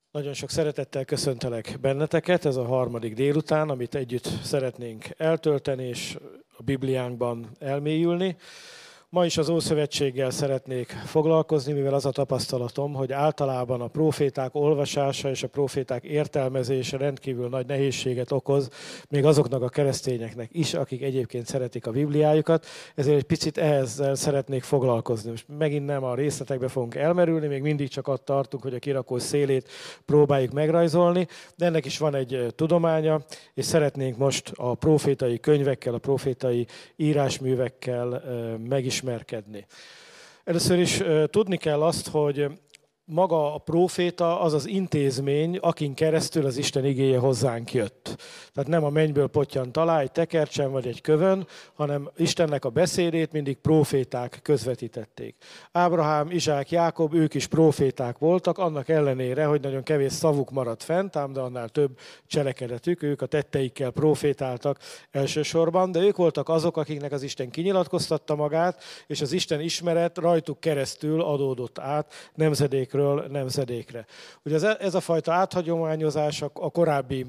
Nagyon sok szeretettel köszöntelek benneteket, ez a harmadik délután, amit együtt szeretnénk eltölteni és a Bibliánkban elmélyülni. Ma is az Ószövetséggel szeretnék foglalkozni, mivel az a tapasztalatom, hogy általában a próféták olvasása és a próféták értelmezése rendkívül nagy nehézséget okoz, még azoknak a keresztényeknek is, akik egyébként szeretik a Bibliájukat, ezért egy picit ezzel szeretnék foglalkozni. Most megint nem a részletekbe fogunk elmerülni, még mindig csak ott tartunk, hogy a kirakó szélét próbáljuk megrajzolni, de ennek is van egy tudománya, és szeretnénk most a prófétai könyvekkel, a prófétai írásművekkel megismerkedni. Először is tudni kell azt, hogy maga a próféta az az intézmény, akin keresztül az Isten igéje hozzánk jött. Tehát nem a mennyből pottyant alá egy tekercsen vagy egy kövön, hanem Istennek a beszédét mindig próféták közvetítették. Ábrahám, Izsák, Jákob, ők is próféták voltak, annak ellenére, hogy nagyon kevés szavuk maradt fent, ám de annál több cselekedetük, ők a tetteikkel prófétáltak elsősorban, de ők voltak azok, akiknek az Isten kinyilatkoztatta magát, és az Isten ismeret rajtuk keresztül adódott át nemzedékről nemzedékre. Ugye ez a fajta áthagyományozás a korábbi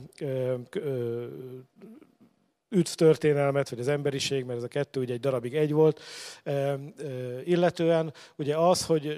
üdvtörténelmet, vagy az emberiség, mert ez a kettő ugye egy darabig egy volt, illetően ugye az, hogy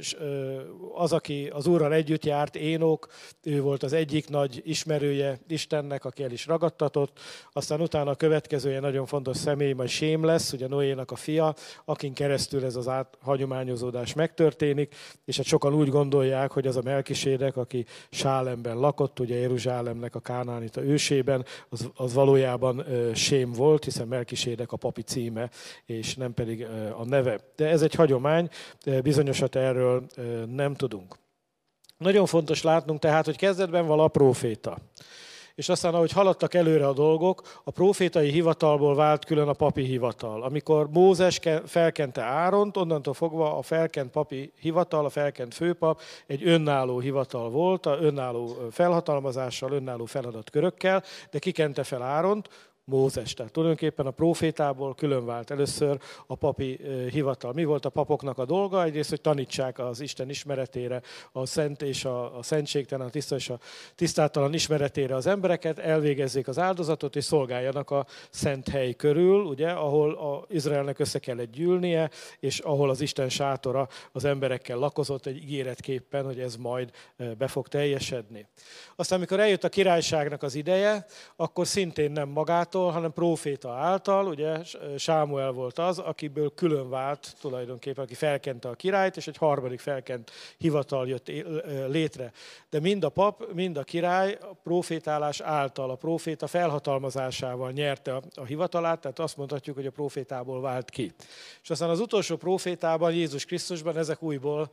az, aki az Úrral együtt járt, Énok, ő volt az egyik nagy ismerője Istennek, aki el is ragadtatott, aztán utána a következője nagyon fontos személy, majd Sém lesz, ugye Noénak a fia, akin keresztül ez az áthagyományozódás megtörténik, és hát sokan úgy gondolják, hogy az a Melkisédek, aki Sálemben lakott, ugye Jeruzsálemnek a kánánita ősében, az valójában Sém volt, hiszen Melkisédek a papi címe, és nem pedig a neve. De ez egy hagyomány, bizonyosat erről nem tudunk. Nagyon fontos látnunk tehát, hogy kezdetben vala a próféta. És aztán, ahogy haladtak előre a dolgok, a prófétai hivatalból vált külön a papi hivatal. Amikor Mózes felkente Áront, onnantól fogva a felkent papi hivatal, a felkent főpap egy önálló hivatal volt, önálló felhatalmazással, önálló feladatkörökkel, de kikente fel Áront? Mózes. Tehát tulajdonképpen a prófétából külön vált először a papi hivatal. Mi volt a papoknak a dolga? Egyrészt, hogy tanítsák az Isten ismeretére, a szent és a szentségtelen, a tiszta és a tisztátalan ismeretére az embereket, elvégezzék az áldozatot, és szolgáljanak a szent hely körül, ugye, ahol Izraelnek össze kellett gyűlnie, és ahol az Isten sátora az emberekkel lakozott egy ígéretképpen, hogy ez majd be fog teljesedni. Aztán, amikor eljött a királyságnak az ideje, akkor szintén nem magától, hanem próféta által, ugye Sámuel volt az, akiből külön vált tulajdonképpen, aki felkente a királyt, és egy harmadik felkent hivatal jött létre. De mind a pap, mind a király a prófétálás által, a próféta felhatalmazásával nyerte a hivatalát, tehát azt mondhatjuk, hogy a prófétából vált ki. És aztán az utolsó prófétában, Jézus Krisztusban ezek újból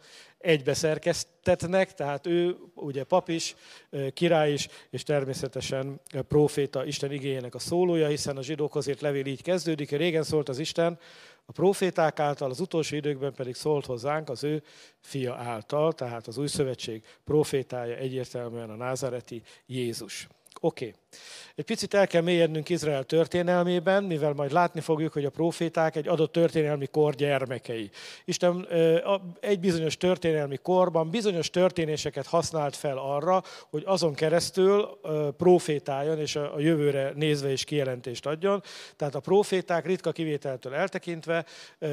egybeszerkesztetnek, tehát ő ugye pap is, király is, és természetesen próféta, Isten igéjének a szólója, hiszen a zsidókhoz írt levél így kezdődik, régen szólt az Isten a próféták által, az utolsó időkben pedig szólt hozzánk az ő fia által, tehát az új szövetség prófétája egyértelműen a názáreti Jézus. Oké. Egy picit el kell mélyednünk Izrael történelmében, mivel majd látni fogjuk, hogy a próféták egy adott történelmi kor gyermekei. Isten egy bizonyos történelmi korban bizonyos történéseket használt fel arra, hogy azon keresztül prófétáljon, és a jövőre nézve is kijelentést adjon. Tehát a próféták ritka kivételtől eltekintve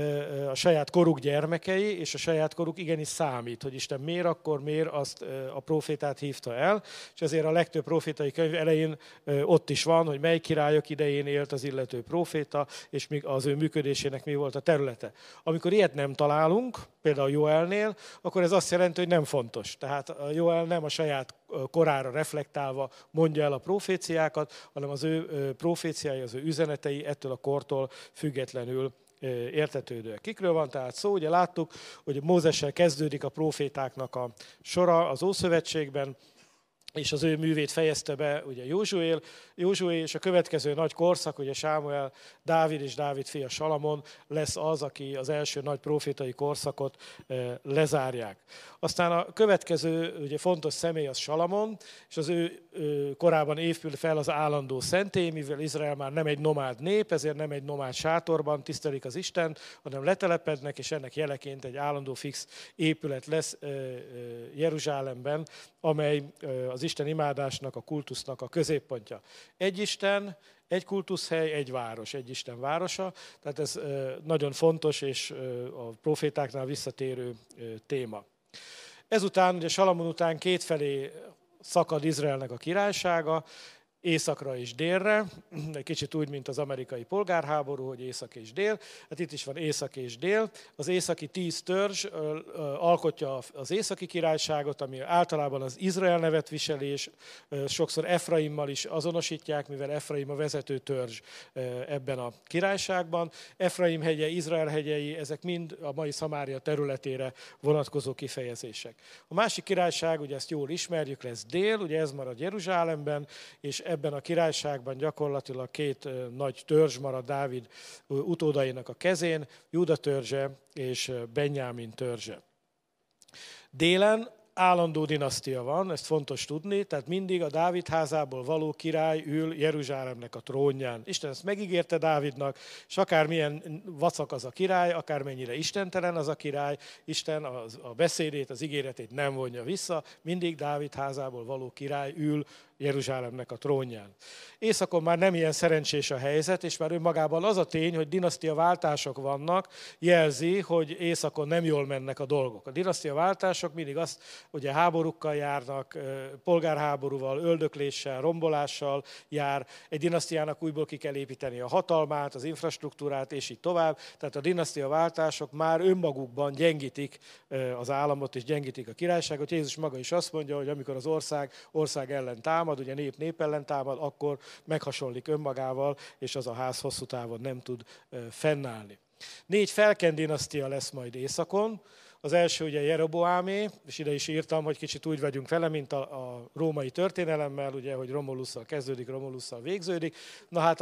a saját koruk gyermekei, és a saját koruk igenis számít, hogy Isten miért azt a prófétát hívta el, és ezért a legtöbb prófétai könyv elején ott is van, hogy mely királyok idején élt az illető próféta, és az ő működésének mi volt a területe. Amikor ilyet nem találunk, például Joelnél, akkor ez azt jelenti, hogy nem fontos. Tehát Joel nem a saját korára reflektálva mondja el a proféciákat, hanem az ő proféciái, az ő üzenetei ettől a kortól függetlenül értetődőek. Kikről van tehát szó? Ugye láttuk, hogy Mózessel kezdődik a prófétáknak a sora az Ószövetségben, és az ő művét fejezte be ugye Józsué, és a következő nagy korszak, ugye Sámuel, Dávid és Dávid fia Salamon lesz az, aki az első nagy profétai korszakot lezárják. Aztán a következő ugye fontos személy az Salamon, és az ő korában épül fel az állandó szentély, mivel Izrael már nem egy nomád nép, ezért nem egy nomád sátorban tisztelik az Istent, hanem letelepednek, és ennek jeleként egy állandó fix épület lesz Jeruzsálemben, amely az Isten imádásnak, a kultusznak a középpontja. Egy Isten, egy kultuszhely, egy város, egy Isten városa, tehát ez nagyon fontos és a profétáknál visszatérő téma. Ezután, ugye Salamon után kétfelé szakad Izraelnek a királysága, északra és délre, egy kicsit úgy, mint az amerikai polgárháború, hogy észak és dél. Hát itt is van észak és dél. Az északi 10 törzs alkotja az északi királyságot, ami általában az Izrael nevet viseli, és sokszor Efraimmal is azonosítják, mivel Efraim a vezető törzs ebben a királyságban. Efraim hegye, Izrael hegyei, ezek mind a mai Szamária területére vonatkozó kifejezések. A másik királyság, ugye ezt jól ismerjük, lesz dél, ugye ez marad Jeruzsálemben, és ebben a királyságban gyakorlatilag két nagy törzs marad Dávid utódainak a kezén, Júda törzse és Benjámin törzse. Délen állandó dinasztia van, ezt fontos tudni, tehát mindig a Dávid házából való király ül Jeruzsálemnek a trónján. Isten ezt megígérte Dávidnak, és akármilyen vacak az a király, akármennyire istentelen az a király, Isten a beszédét, az ígéretét nem vonja vissza, mindig Dávid házából való király ül Jeruzsálemnek a trónján. Északon már nem ilyen szerencsés a helyzet, és már önmagában az a tény, hogy dinasztiaváltások vannak, jelzi, hogy északon nem jól mennek a dolgok. A dinasztiaváltások mindig azt, ugye háborúkkal járnak, polgárháborúval, öldökléssel, rombolással jár. Egy dinasztiának újból ki kell építeni a hatalmát, az infrastruktúrát, és így tovább. Tehát a dinasztiaváltások már önmagukban gyengítik az államot, és gyengítik a királyságot. Jézus maga is azt mondja, hogy amikor az ország ellen támad, ugye nép ellen támad, akkor meghasonlik önmagával, és az a ház hosszú távon nem tud fennállni. 4 felken dinasztia lesz majd északon. Az első ugye Jeroboámé, és ide is írtam, hogy kicsit úgy vagyunk vele, mint a római történelemmel, ugye, hogy Romulusszal kezdődik, Romulusszal végződik. Na hát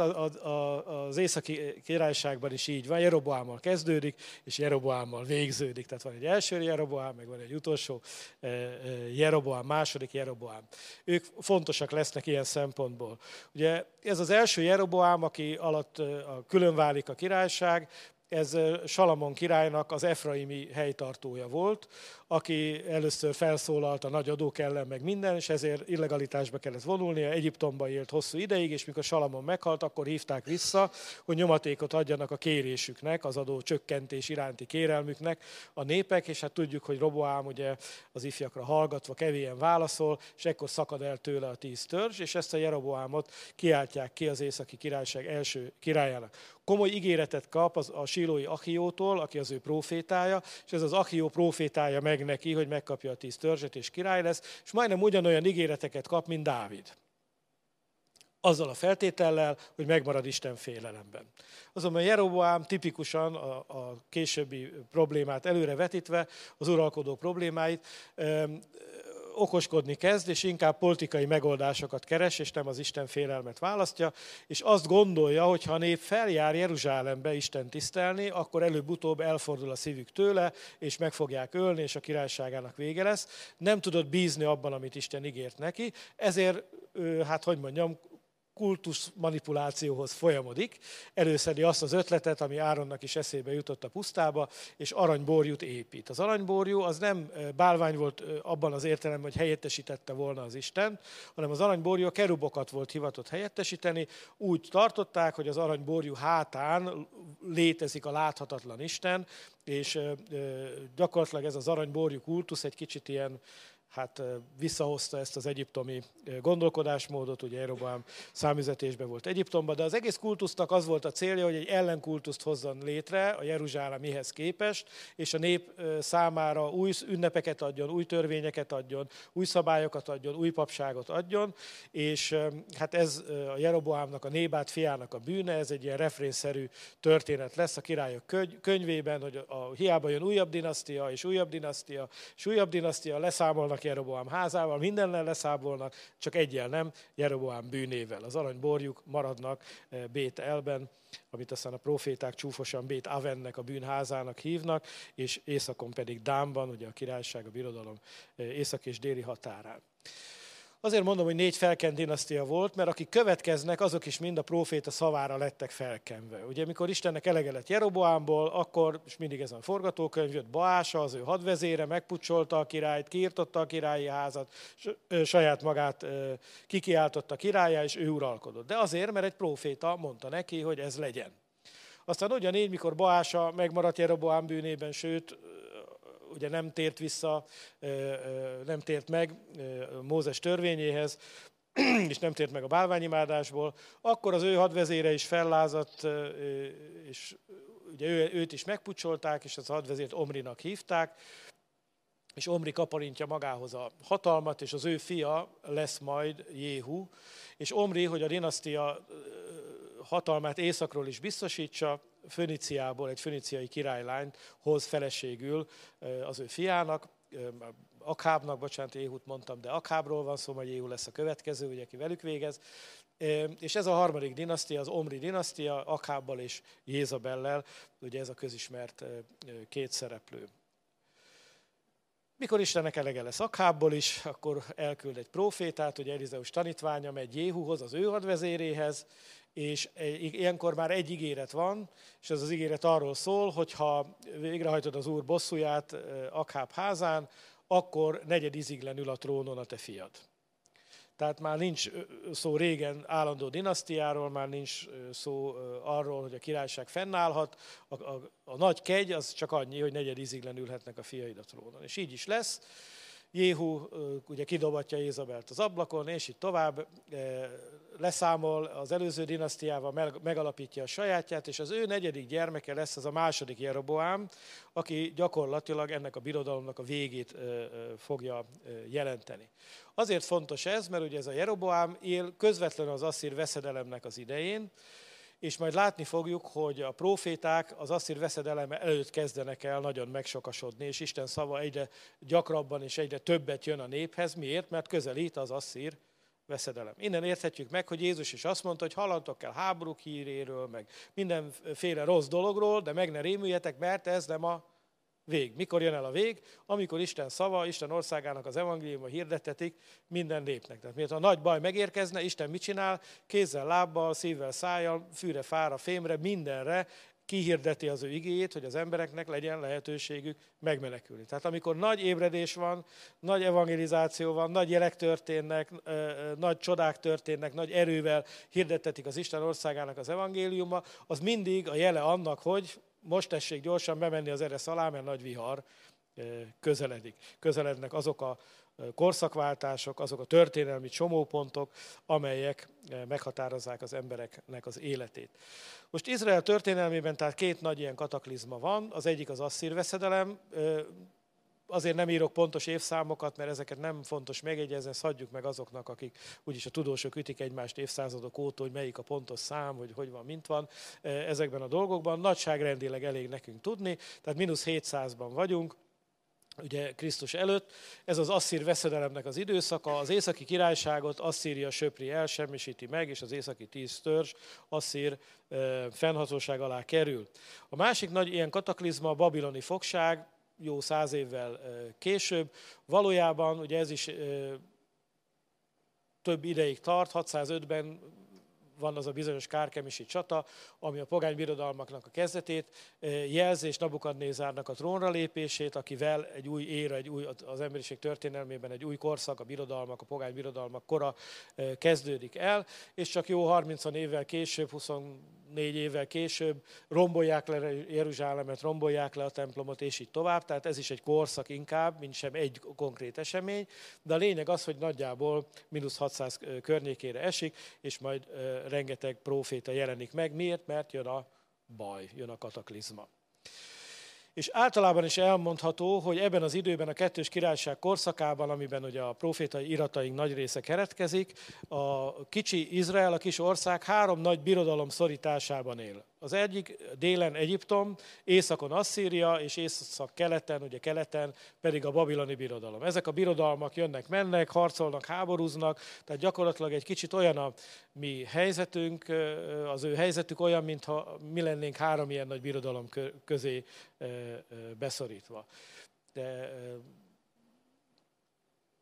az északi királyságban is így van, Jeroboámmal kezdődik, és Jeroboámmal végződik. Tehát van egy első Jeroboám, meg van egy utolsó Jeroboám, második Jeroboám. Ők fontosak lesznek ilyen szempontból. Ugye ez az első Jeroboám, aki alatt különválik a királyság, ez Salamon királynak az efraimi helytartója volt, aki először felszólalt a nagy adók ellen, meg minden, és ezért illegalitásba kellett vonulnia, Egyiptomba élt hosszú ideig, és mikor Salamon meghalt, akkor hívták vissza, hogy nyomatékot adjanak a kérésüknek, az adó csökkentés iránti kérelmüknek a népek, és hát tudjuk, hogy Roboám ugye az ifjakra hallgatva kevén válaszol, és ekkor szakad el tőle a 10 törzs, és ezt a Jeroboámot kiáltják ki az északi királyság első királyának. Komoly ígéretet kap a sílói Achiótól, aki az ő prófétája, és ez az Achió prófétája meg neki, hogy megkapja a 10 törzset és király lesz, és majdnem ugyanolyan ígéreteket kap, mint Dávid. Azzal a feltétellel, hogy megmarad Isten félelemben. Azonban Jeroboám tipikusan a későbbi problémát előrevetítve, az uralkodó problémáit, okoskodni kezd, és inkább politikai megoldásokat keres, és nem az Isten félelmet választja, és azt gondolja, hogy ha a nép feljár Jeruzsálembe Isten tisztelni, akkor előbb-utóbb elfordul a szívük tőle, és meg fogják ölni, és a királyságának vége lesz. Nem tudott bízni abban, amit Isten ígért neki, ezért, hát hogy mondjam, kultusz manipulációhoz folyamodik, előszedi azt az ötletet, ami Áronnak is eszébe jutott a pusztába, és aranyborjút épít. Az aranyborjú az nem bálvány volt abban az értelemben, hogy helyettesítette volna az Isten, hanem az aranyborjú a kerubokat volt hivatott helyettesíteni. Úgy tartották, hogy az aranyborjú hátán létezik a láthatatlan Isten, és gyakorlatilag ez az aranyborjú kultusz egy kicsit ilyen, hát visszahozta ezt az egyiptomi gondolkodásmódot, ugye Jeroboám számüzetésben volt Egyiptomban, de az egész kultusznak az volt a célja, hogy egy ellenkultuszt hozzon létre a jeruzsálemihez képest, és a nép számára új ünnepeket adjon, új törvényeket adjon, új szabályokat adjon, új papságot adjon, és hát ez a Jeroboámnak, a Nébát fiának a bűne, ez egy ilyen refrénszerű történet lesz a királyok könyvében, hogy hiába jön újabb dinasztia, és újabb dinasztia, és újabb dinasztia, leszámolnak Jeroboám házával, mindennel leszámolnak, csak egyel nem, Jeroboám bűnével. Az aranyborjuk maradnak Bét-elben, amit aztán a proféták csúfosan Bét-avennek, a bűnházának hívnak, és északon pedig Dánban, ugye a királyság, a birodalom észak és déli határán. Azért mondom, hogy 4 felkent dinasztia volt, mert akik következnek, azok is mind a próféta szavára lettek felkenve. Ugye, mikor Istennek elege lett Jeroboámból, akkor, és mindig ez a forgatókönyv, jött Baása, az ő hadvezére, megpucsolta a királyt, kiirtotta a királyi házat, saját magát kikiáltotta királyá, és ő uralkodott. De azért, mert egy próféta mondta neki, hogy ez legyen. Aztán ugyanígy, mikor Baása megmaradt Jeroboám bűnében, sőt, ugye nem tért vissza, nem tért meg Mózes törvényéhez, és nem tért meg a bálványimádásból, akkor az ő hadvezére is fellázadt, és ugye őt is megpucsolták, és az hadvezért Omrinak hívták, és Omri kaparintja magához a hatalmat, és az ő fia lesz majd Jéhu, és Omri, hogy a dinasztia hatalmát északról is biztosítsa, Föniciából egy föniciai királylányt hoz feleségül az ő fiának, Akhábnak, bocsánat, Jéhut mondtam, de Akhábról van szó, majd Jéhu lesz a következő, ugye, aki velük végez. És ez a harmadik dinasztia, az Omri dinasztia, Akhábbal és Jézabellel, ugye ez a közismert 2 szereplő. Mikor Istennek elege lesz Akhábból is, akkor elküld egy prófétát, ugye Elizeus tanítványa megy Jéhuhoz, az ő hadvezéréhez, és ilyenkor már egy ígéret van, és ez az ígéret arról szól, hogy ha végrehajtod az Úr bosszúját Akháb házán, akkor 4. iziglen ül a trónon a te fiad. Tehát már nincs szó régen állandó dinasztiáról, már nincs szó arról, hogy a királyság fennállhat. A nagy kegy az csak annyi, hogy 4. iziglen ülhetnek a fiaid a trónon. És így is lesz. Jéhu ugye kidobatja Jézabelt az ablakon, és így tovább leszámol az előző dinasztiával, megalapítja a sajátját, és az ő 4. gyermeke lesz az a 2. Jeroboám, aki gyakorlatilag ennek a birodalomnak a végét fogja jelenteni. Azért fontos ez, mert ugye ez a Jeroboám él közvetlenül az asszír veszedelemnek az idején, és majd látni fogjuk, hogy a próféták az asszír veszedelem előtt kezdenek el nagyon megsokasodni, és Isten szava egyre gyakrabban és egyre többet jön a néphez. Miért? Mert közelít az asszír veszedelem. Innen érthetjük meg, hogy Jézus is azt mondta, hogy hallantok el háborúk híréről, meg mindenféle rossz dologról, de meg ne rémüljetek, mert ez nem a vég. Mikor jön el a vég? Amikor Isten szava, Isten országának az evangéliuma hirdetetik minden népnek. Tehát miért a nagy baj megérkezne, Isten mit csinál? Kézzel, lábbal, szívvel, szájjal, fűre, fára, fémre, mindenre kihirdeti az ő igéjét, hogy az embereknek legyen lehetőségük megmenekülni. Tehát amikor nagy ébredés van, nagy evangelizáció van, nagy jelek történnek, nagy csodák történnek, nagy erővel hirdetetik az Isten országának az evangéliuma, az mindig a jele annak, hogy most tessék gyorsan bemenni az eresz alá, mert nagy vihar közeledik. Közelednek azok a korszakváltások, azok a történelmi csomópontok, amelyek meghatározzák az embereknek az életét. Most Izrael történelmében tehát 2 nagy ilyen kataklizma van, az egyik az asszír veszedelem, azért nem írok pontos évszámokat, mert ezeket nem fontos megjegyezni, ezt hagyjuk meg azoknak, akik úgyis a tudósok ütik egymást évszázadok óta, hogy melyik a pontos szám, hogy van, mint van ezekben a dolgokban. Nagyságrendileg elég nekünk tudni, tehát -700-ban vagyunk, ugye Krisztus előtt. Ez az asszír veszedelemnek az időszaka, az északi királyságot Asszíria söpri el, semmisíti meg, és az északi 10 törzs asszír fennhatóság alá kerül. A másik nagy ilyen kataklizma a babiloni fogság, jó 100 évvel később. Valójában ugye ez is több ideig tart, 605-ben van az a bizonyos kárkemisi csata, ami a pogány birodalmaknak a kezdetét jelzi, és Nabukadnézárnak a trónra lépését, akivel egy új éra, az emberiség történelmében egy új korszak, a birodalmak, a pogány birodalmak kora kezdődik el, és csak jó 30 évvel később, 24 évvel később rombolják le Jeruzsálemet, rombolják le a templomot, és így tovább. Tehát ez is egy korszak inkább, mint sem egy konkrét esemény, de a lényeg az, hogy nagyjából -600 környékére esik, és majd rengeteg próféta jelenik meg. Miért? Mert jön a baj, jön a kataklizma. És általában is elmondható, hogy ebben az időben a kettős királyság korszakában, amiben ugye a prófétai irataink nagy része keretkezik, a kicsi Izrael, a kis ország 3 nagy birodalom szorításában él. Az egyik délen Egyiptom, északon Asszíria, és észak-keleten, ugye keleten pedig a babiloni birodalom. Ezek a birodalmak jönnek-mennek, harcolnak, háborúznak, tehát gyakorlatilag egy kicsit olyan a mi helyzetünk, az ő helyzetük olyan, mintha mi lennénk 3 ilyen nagy birodalom közé beszorítva. De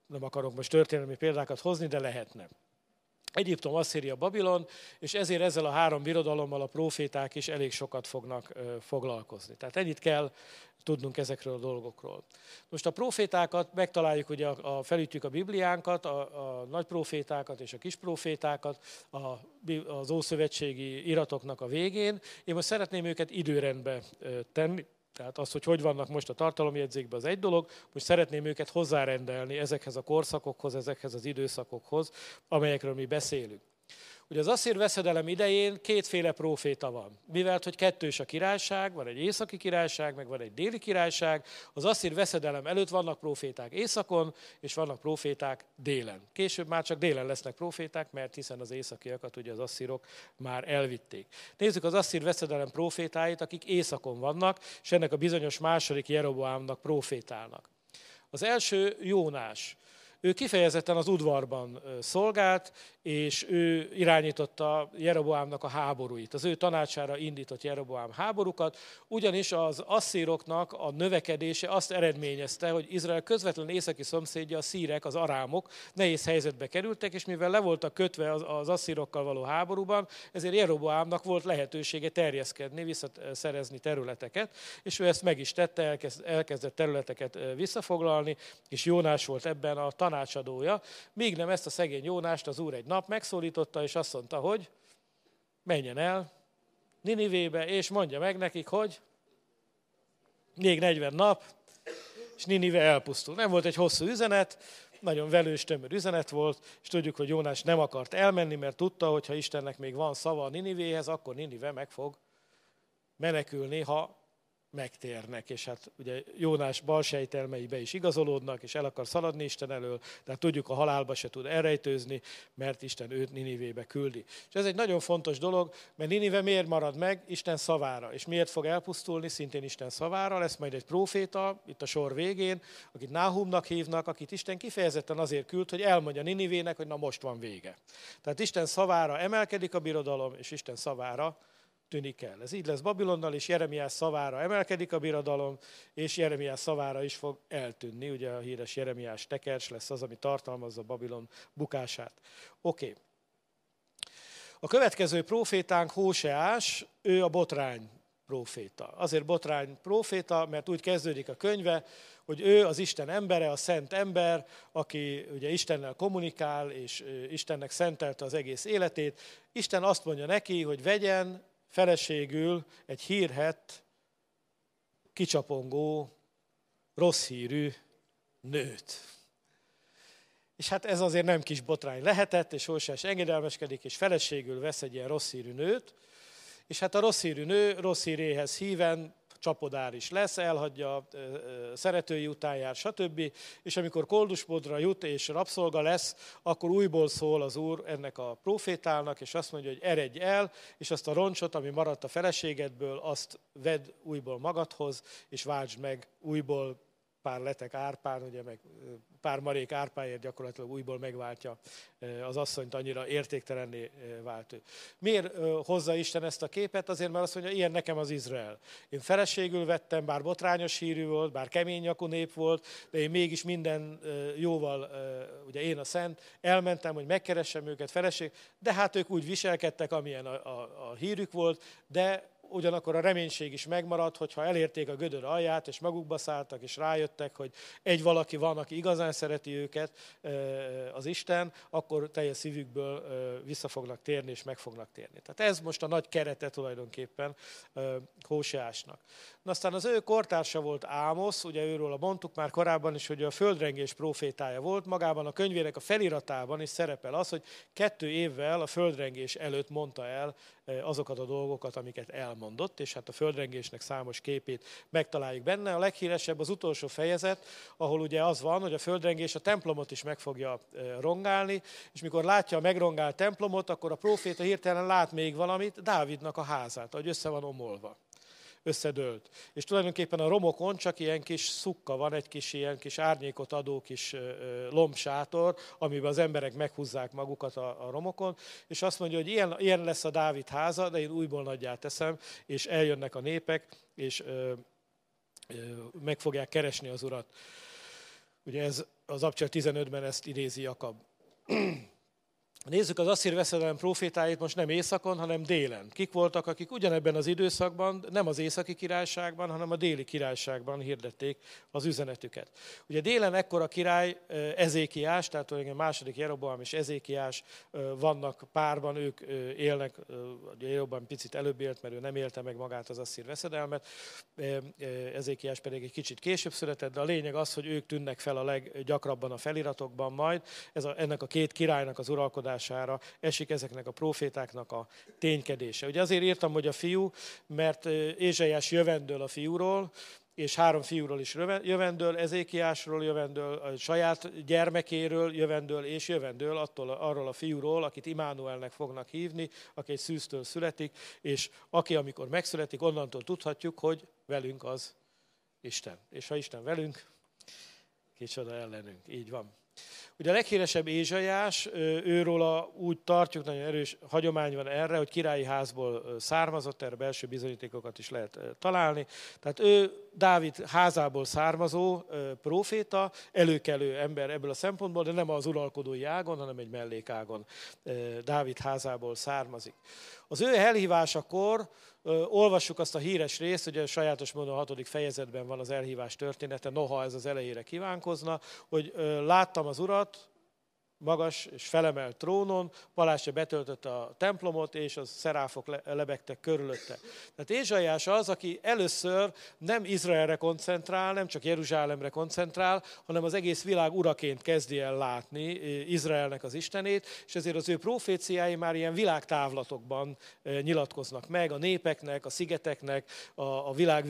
nem akarok most történelmi példákat hozni, de lehetne. Egyiptom, Asszíria, Babilon, és ezért ezzel a 3 birodalommal a próféták is elég sokat fognak foglalkozni. Tehát ennyit kell tudnunk ezekről a dolgokról. Most a prófétákat megtaláljuk, ugye felütjük a Bibliánkat, a nagy prófétákat és a kis prófétákat az ószövetségi iratoknak a végén. Én most szeretném őket időrendbe tenni. Tehát az, hogy vannak most a tartalomjegyzékben, az egy dolog, most szeretném őket hozzárendelni ezekhez a korszakokhoz, ezekhez az időszakokhoz, amelyekről mi beszélünk. Ugye az asszír veszedelem idején 2 próféta van. Mivel, hogy kettős a királyság, van egy északi királyság, meg van egy déli királyság, az asszír veszedelem előtt vannak próféták északon, és vannak próféták délen. Később már csak délen lesznek próféták, mert hiszen az északiakat ugye az asszírok már elvitték. Nézzük az asszír veszedelem prófétáit, akik északon vannak, és ennek a bizonyos második Jeroboámnak prófétálnak. Az első Jónás. Ő kifejezetten az udvarban szolgált, és ő irányította Jeroboámnak a háborúit. Az ő tanácsára indított Jeroboám háborúkat, ugyanis az asszíroknak a növekedése azt eredményezte, hogy Izrael közvetlen északi szomszédja, a szírek, az arámok nehéz helyzetbe kerültek, és mivel le voltak kötve az asszírokkal való háborúban, ezért Jeroboámnak volt lehetősége terjeszkedni, visszaszerezni területeket, és ő ezt meg is tette, elkezdett területeket visszafoglalni, és Jónás volt ebben a tanácsadója, míg nem ezt a szegény Jónást az Úr egy nap megszólította, és azt mondta, hogy menjen el Ninivébe, és mondja meg nekik, hogy még 40 nap, és Ninive elpusztul. Nem volt egy hosszú üzenet, nagyon velős, tömör üzenet volt, és tudjuk, hogy Jónás nem akart elmenni, mert tudta, hogy ha Istennek még van szava a Ninivéhez, akkor Ninive meg fog menekülni, ha megtérnek, és hát ugye Jónás balsejtelmeibe is igazolódnak, és el akar szaladni Isten elől, de tudjuk, a halálba se tud elrejtőzni, mert Isten őt Ninivébe küldi. És ez egy nagyon fontos dolog, mert Ninive miért marad meg? Isten szavára. És miért fog elpusztulni? Szintén Isten szavára. Lesz majd egy próféta, itt a sor végén, akit Náhumnak hívnak, akit Isten kifejezetten azért küld, hogy elmondja Ninivének, hogy na most van vége. Tehát Isten szavára emelkedik a birodalom, és Isten szavára tűnik el. Ez így lesz Babilonnal, és Jeremiás szavára emelkedik a birodalom, és Jeremiás szavára is fog eltűnni. Ugye a híres Jeremiás tekercs lesz az, ami tartalmazza Babilon bukását. Oké. A következő prófétánk Hóseás, ő a botrány próféta. Azért botrány próféta, mert úgy kezdődik a könyve, hogy ő az Isten embere, a szent ember, aki ugye Istennel kommunikál, és Istennek szentelte az egész életét. Isten azt mondja neki, hogy vegyen feleségül egy hírhedt, kicsapongó, rossz hírű nőt. És hát ez azért nem kis botrány lehetett, és Hóseás engedelmeskedik, és feleségül vesz egy ilyen rossz hírű nőt, és hát a rossz hírű nő rossz híréhez híven csapodár is lesz, elhagyja szeretői után jár, stb. És amikor koldusmódra jut és rabszolga lesz, akkor újból szól az Úr ennek a prófétának, és azt mondja, hogy eredj el, és azt a roncsot, ami maradt a feleségedből, azt vedd újból magadhoz, és váltsd meg újból pár letek árpán, ugye meg pár marék árpáért gyakorlatilag újból megváltja az asszonyt, annyira értéktelenné vált ő. Miért hozza Isten ezt a képet? Azért, mert azt mondja, ilyen nekem az Izrael. Én feleségül vettem, bár botrányos hírű volt, bár kemény nyakú nép volt, de én mégis minden jóval, ugye én a szent, elmentem, hogy megkeressem őket feleség, de hát ők úgy viselkedtek, amilyen a hírük volt, de ugyanakkor a reménység is megmaradt, hogyha elérték a gödör alját, és magukba szálltak, és rájöttek, hogy egy valaki van, aki igazán szereti őket, az Isten, akkor teljes szívükből vissza fognak térni, és meg fognak térni. Tehát ez most a nagy kerete tulajdonképpen Hóseásnak. Na aztán az ő kortársa volt Ámosz, ugye őről mondtuk már korábban is, hogy a földrengés prófétája volt, magában a könyvének a feliratában is szerepel az, hogy 2 évvel a földrengés előtt mondta el azokat a dolgokat, amiket elmondott, és hát a földrengésnek számos képét megtaláljuk benne. A leghíresebb az utolsó fejezet, ahol ugye az van, hogy a földrengés a templomot is meg fogja rongálni, és mikor látja a megrongált templomot, akkor a próféta hirtelen lát még valamit, Dávidnak a házát, ahogy össze van omolva. Összedőlt. És tulajdonképpen a romokon csak ilyen kis szukka van, egy kis ilyen kis árnyékot adó kis lombsátor, amiben az emberek meghúzzák magukat a romokon, és azt mondja, hogy ilyen lesz a Dávid háza, de én újból nagyját teszem, és eljönnek a népek, és meg fogják keresni az Urat. Ugye ez az Abcsel 15-ben ezt idézi Jakab. Nézzük az asszír veszedelem profétáit most nem északon, hanem délen. Kik voltak, akik ugyanebben az időszakban, nem az északi királyságban, hanem a déli királyságban hirdették az üzenetüket. Ugye délen ekkora király Ezékiás, tehát második Jeroboám és Ezékiás vannak párban, ők élnek, Jeroboám picit előbb élt, mert ő nem élte meg magát az asszír veszedelmet, Ezékiás pedig egy kicsit később született, de a lényeg az, hogy ők tűnnek fel a leggyakrabban a feliratokban majd. Ennek a két királynak az uralkodására esik ezeknek a profétáknak a ténykedése. Ugye azért írtam, hogy a fiú, mert Ézsaiás jövendől a fiúról, és 3 fiúról is jövendől, Ezékiásról jövendől, a saját gyermekéről jövendől, és jövendől arról a fiúról, akit Immanuelnek fognak hívni, aki egy szűztől születik, és aki amikor megszületik, onnantól tudhatjuk, hogy velünk az Isten. És ha Isten velünk, kicsoda ellenünk. Így van. Ugye a leghíresebb Ézsaiás, őróla úgy tartjuk, nagyon erős hagyomány van erre, hogy királyi házból származott, erre belső bizonyítékokat is lehet találni. Tehát ő Dávid házából származó próféta, előkelő ember ebből a szempontból, de nem az uralkodói ágon, hanem egy mellékágon Dávid házából származik. Az ő elhívásakor olvassuk azt a híres részt, ugye sajátos módon a 6. fejezetben van az elhívás története, noha ez az elejére kívánkozna, hogy láttam az Urat, magas és felemelt trónon, palástja betöltötte a templomot, és a szeráfok lebegtek körülötte. Tehát Ézsaiás az, aki először nem Izraelre koncentrál, nem csak Jeruzsálemre koncentrál, hanem az egész világ uraként kezdi el látni Izraelnek az Istenét, és ezért az ő proféciái már ilyen világtávlatokban nyilatkoznak meg, a népeknek, a szigeteknek, a világ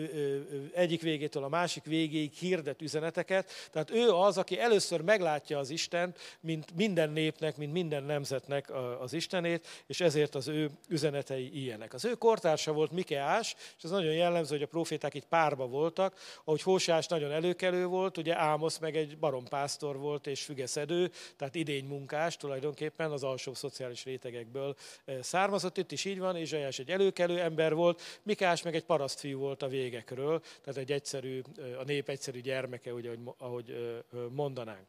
egyik végétől a másik végéig hirdet üzeneteket. Tehát ő az, aki először meglátja az Istent, mint minden népnek, mint minden nemzetnek az Istenét, és ezért az ő üzenetei ilyenek. Az ő kortársa volt Mikeás, és ez nagyon jellemző, hogy a proféták itt párba voltak, ahogy Hóseás nagyon előkelő volt, ugye Ámosz meg egy barompásztor volt és fügeszedő, tehát idénymunkás tulajdonképpen az alsóbb szociális rétegekből származott. Itt is így van, Ézsaiás egy előkelő ember volt, Mikeás meg egy parasztfiú volt a végekről, tehát egy egyszerű, a nép egyszerű gyermeke, ugye, ahogy mondanánk.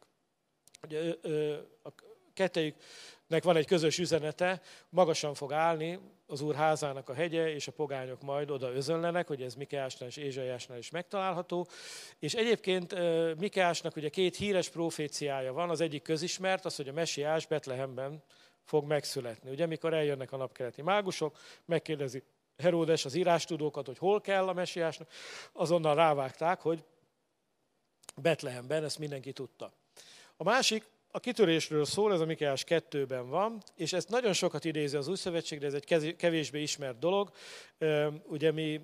A kettejüknek van egy közös üzenete, magasan fog állni az Úr házának a hegye, és a pogányok majd oda özönlenek, hogy ez Mikeásnál és Ézsaiásnál is megtalálható. És egyébként Mikeásnak ugye 2 híres proféciája van, az egyik közismert, az, hogy a Mesiás Betlehemben fog megszületni. Ugye, mikor eljönnek a napkeleti mágusok, megkérdezi Heródes az írástudókat, hogy hol kell a Mesiásnak, azonnal rávágták, hogy Betlehemben, ezt mindenki tudta. A másik a kitörésről szól, ez a Mikeás 2-ben van, és ezt nagyon sokat idézi az Új Szövetség, de ez egy kevésbé ismert dolog. Ugye mi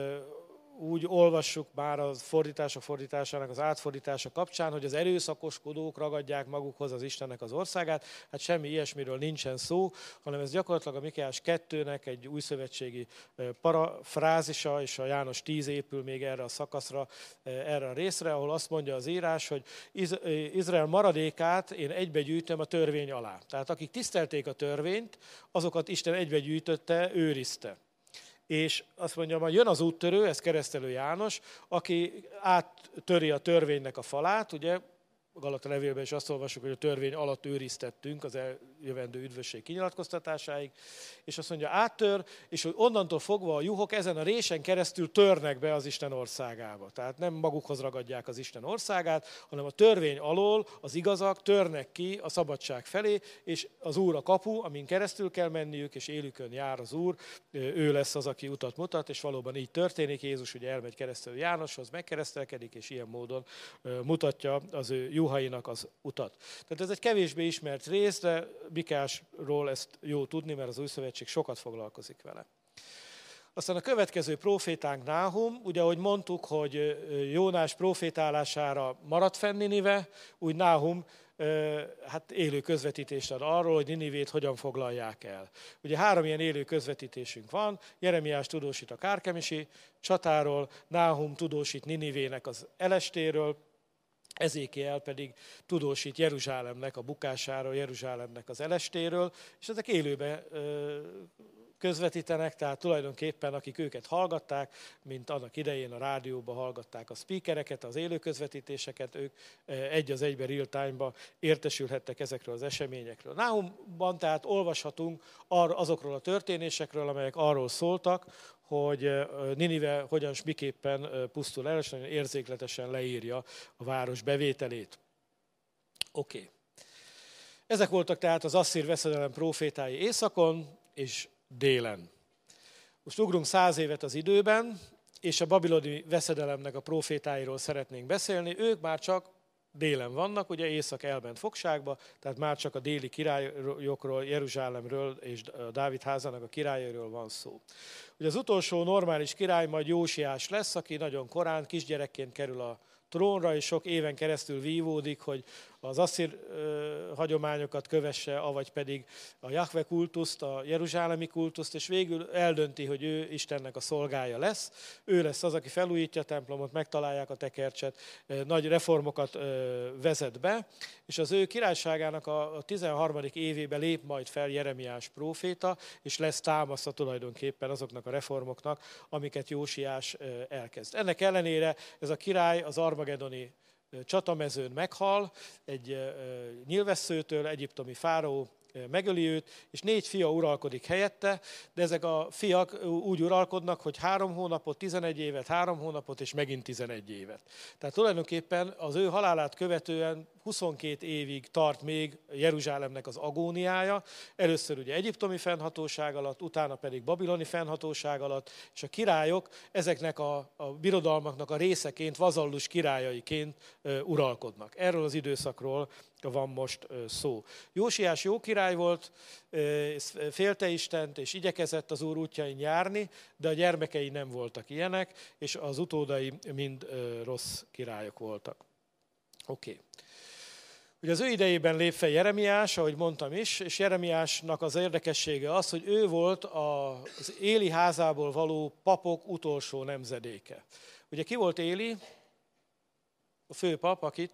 úgy olvassuk már a fordításának az átfordítása kapcsán, hogy az erőszakoskodók ragadják magukhoz az Istennek az országát. Hát semmi ilyesmiről nincsen szó, hanem ez gyakorlatilag a Mikeás 2-nek egy újszövetségi parafrázisa, és a János 10 épül még erre a szakaszra, erre a részre, ahol azt mondja az írás, hogy Izrael maradékát én egybegyűjtöm a törvény alá. Tehát akik tisztelték a törvényt, azokat Isten egybegyűjtötte, őrizte. És azt mondja, hogy jön az úttörő, ez Keresztelő János, aki áttöri a törvénynek a falát, ugye, a Galata levélben is azt olvasjuk, hogy a törvény alatt őriztettünk az eljövendő üdvösség kinyilatkoztatásáig, és azt mondja, áttör, és hogy onnantól fogva a juhok ezen a résen keresztül törnek be az Isten országába. Tehát nem magukhoz ragadják az Isten országát, hanem a törvény alól az igazak törnek ki a szabadság felé, és az Úr a kapu, amin keresztül kell menniük, és élükön jár az Úr, ő lesz az, aki utat mutat, és valóban így történik. Jézus ugye elmegy Keresztelő Jánoshoz, megkeresztelkedik, és ilyen módon mutatja az ő juhainak az utat. Tehát ez egy kevésbé ismert rész, de Mikeásról ezt jó tudni, mert az Új Szövetség sokat foglalkozik vele. Aztán a következő profétánk Náhum, ugye ahogy mondtuk, hogy Jónás profétálására maradt fenn Ninive, úgy Náhum hát élő közvetítést ad arról, hogy Ninivét hogyan foglalják el. Ugye 3 ilyen élő közvetítésünk van, Jeremiás tudósít a kárkemisi csatáról, Náhum tudósít Ninivének az elestéről, Ezékiel pedig tudósít Jeruzsálemnek a bukásáról, Jeruzsálemnek az elestéről, és ezek élőben közvetítenek, tehát tulajdonképpen akik őket hallgatták, mint annak idején a rádióban hallgatták a speakereket, az élő közvetítéseket, ők egy az egyben real time-ba értesülhettek ezekről az eseményekről. Nahumban tehát olvashatunk azokról a történésekről, amelyek arról szóltak, hogy Ninive hogyan s miképpen pusztul el, és nagyon érzékletesen leírja a város bevételét. Oké. Ezek voltak tehát az asszír veszedelem prófétái északon és délen. Most ugrunk 100 évet az időben, és a babiloni veszedelemnek a prófétáiról szeretnénk beszélni. Ők már csak délen vannak, ugye észak elment fogságba, tehát már csak a déli királyokról, Jeruzsálemről és Dávid házának a királyairól van szó. Ugye az utolsó normális király majd Jósiás lesz, aki nagyon korán kisgyerekként kerül a trónra, és sok éven keresztül vívódik, hogy az asszír hagyományokat kövesse, avagy pedig a Jahve kultuszt, a jeruzsálemi kultuszt, és végül eldönti, hogy ő Istennek a szolgája lesz. Ő lesz az, aki felújítja a templomot, megtalálják a tekercset, nagy reformokat vezet be, és az ő királyságának a 13. évében lép majd fel Jeremiás próféta, és lesz támasza tulajdonképpen azoknak a reformoknak, amiket Jósiás elkezd. Ennek ellenére ez a király az armagedoni csatamezőn meghal, egy nyilvesszőtől, egyiptomi fáraó megöli őt, és 4 fia uralkodik helyette, de ezek a fiak úgy uralkodnak, hogy 3 hónapot, 11 évet, 3 hónapot, és megint 11 évet. Tehát tulajdonképpen az ő halálát követően 22 évig tart még Jeruzsálemnek az agóniája, először ugye egyiptomi fennhatóság alatt, utána pedig babiloni fennhatóság alatt, és a királyok ezeknek a birodalmaknak a részeként, vazallus királyaiként uralkodnak. Erről az időszakról van most szó. Jósiás jó király volt, félte Istent, és igyekezett az Úr útjain járni, de a gyermekei nem voltak ilyenek, és az utódai mind rossz királyok voltak. Oké. Ugye az ő idejében lép fel Jeremiás, ahogy mondtam is, és Jeremiásnak az érdekessége az, hogy ő volt az Éli házából való papok utolsó nemzedéke. Ugye ki volt Éli? A főpap, akit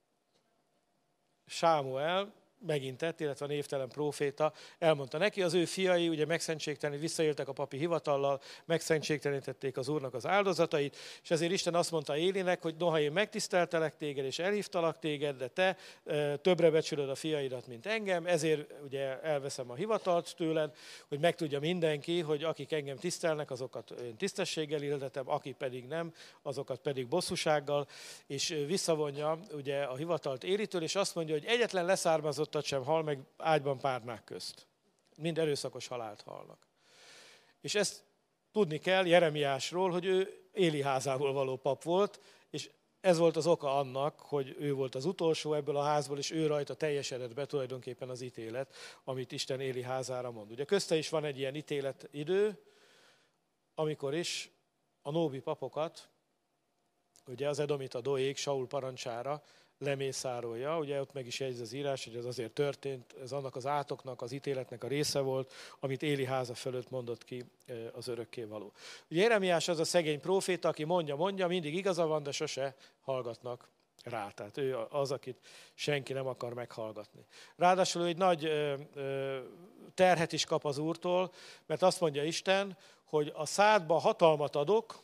Sámuel megintett, illetve a névtelen próféta elmondta neki, az ő fiai ugye visszaéltek a papi hivatallal, megszentségtelenítették az Úrnak az áldozatait, és ezért Isten azt mondta Élinek, hogy noha én megtiszteltelek téged, és elhívtalak téged, de te többre becsülöd a fiaidat, mint engem, ezért ugye elveszem a hivatalt tőled, hogy megtudja mindenki, hogy akik engem tisztelnek, azokat én tisztességgel illetem, akik pedig nem, azokat pedig bosszúsággal, és visszavonja ugye a hivatalt Élitől, és azt mondja, hogy egyetlen leszármazott sem hal meg ágyban párnák közt. Mind erőszakos halált halnak. És ezt tudni kell Jeremiásról, hogy ő Éli házából való pap volt, és ez volt az oka annak, hogy ő volt az utolsó ebből a házból, és ő rajta teljesedett be tulajdonképpen az ítélet, amit Isten Éli házára mond. Ugye közte is van egy ilyen ítéletidő, amikor is a nóbi papokat, ugye az edomita Doeg Saul parancsára lemészárolja, ugye ott meg is jegyz az írás, hogy ez azért történt, ez annak az átoknak, az ítéletnek a része volt, amit Éli háza fölött mondott ki az örökkévaló. Ugye Jeremiás az a szegény próféta, aki mondja, mindig igaza van, de sose hallgatnak rá. Tehát ő az, akit senki nem akar meghallgatni. Ráadásul ő egy nagy terhet is kap az Úrtól, mert azt mondja Isten, hogy a szádba hatalmat adok,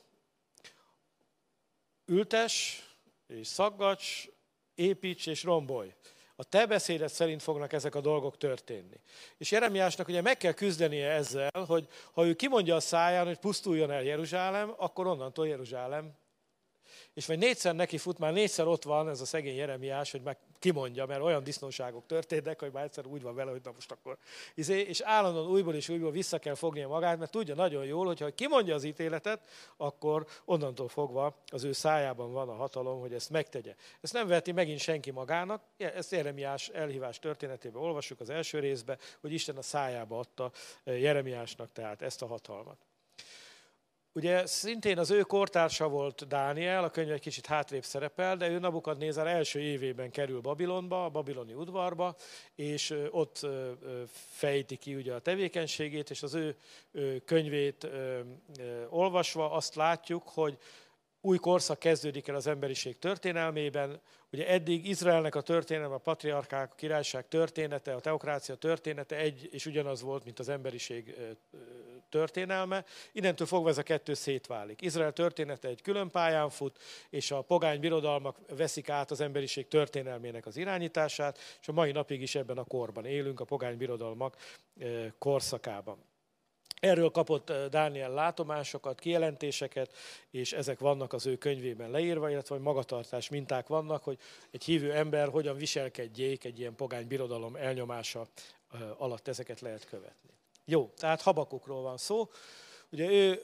ültes és szaggacs, építs és rombolj. A te beszéded szerint fognak ezek a dolgok történni. És Jeremiásnak ugye meg kell küzdenie ezzel, hogy ha ő kimondja a száján, hogy pusztuljon el Jeruzsálem, akkor onnantól Jeruzsálem. És vagy 4-szer neki fut, már 4-szer ott van ez a szegény Jeremiás, hogy meg kimondja, mert olyan disznóságok történnek, hogy már egyszer úgy van vele, hogy na most akkor. És állandóan újból és újból vissza kell fognia magát, mert tudja nagyon jól, hogy ha kimondja az ítéletet, akkor onnantól fogva az ő szájában van a hatalom, hogy ezt megtegye. Ezt nem veheti megint senki magának, ezt Jeremiás elhívás történetében olvassuk az első részben, hogy Isten a szájába adta Jeremiásnak tehát ezt a hatalmat. Ugye szintén az ő kortársa volt Dániel, a könyv egy kicsit hátrébb szerepel, de ő Nabukadnézár első évében kerül Babilonba, a babiloni udvarba, és ott fejti ki ugye a tevékenységét, és az ő könyvét olvasva azt látjuk, hogy új korszak kezdődik el az emberiség történelmében. Ugye eddig Izraelnek a történelme, a patriarchák, a királyság története, a teokrácia története egy és ugyanaz volt, mint az emberiség történelme. Innentől fogva ez a kettő szétválik. Izrael története egy külön pályán fut, és a pogány birodalmak veszik át az emberiség történelmének az irányítását, és a mai napig is ebben a korban élünk, a pogány birodalmak korszakában. Erről kapott Dániel látomásokat, kijelentéseket, és ezek vannak az ő könyvében leírva, illetve magatartás minták vannak, hogy egy hívő ember hogyan viselkedjék egy ilyen pogány birodalom elnyomása alatt, ezeket lehet követni. Jó, tehát Habakukról van szó. Ugye ő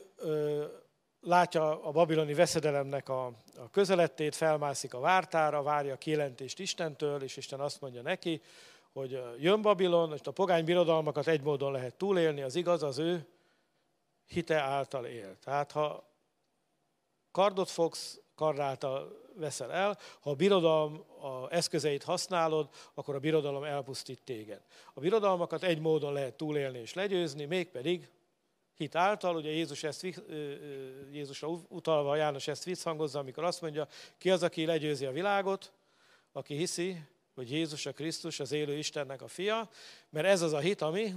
látja a babiloni veszedelemnek a közelettét, felmászik a vártára, várja a kijelentést Istentől, és Isten azt mondja neki, hogy jön Babilon, és a pogány birodalmakat egy módon lehet túlélni, az igaz, az ő hite által él. Tehát ha kardot fogsz, kard által veszel el, ha a birodalom eszközeit használod, akkor a birodalom elpusztít téged. A birodalmakat egy módon lehet túlélni és legyőzni, mégpedig hit által, ugye Jézusra utalva János ezt visszhangozza, amikor azt mondja, ki az, aki legyőzi a világot, aki hiszi, hogy Jézus a Krisztus, az élő Istennek a fia, mert ez az a hit, ami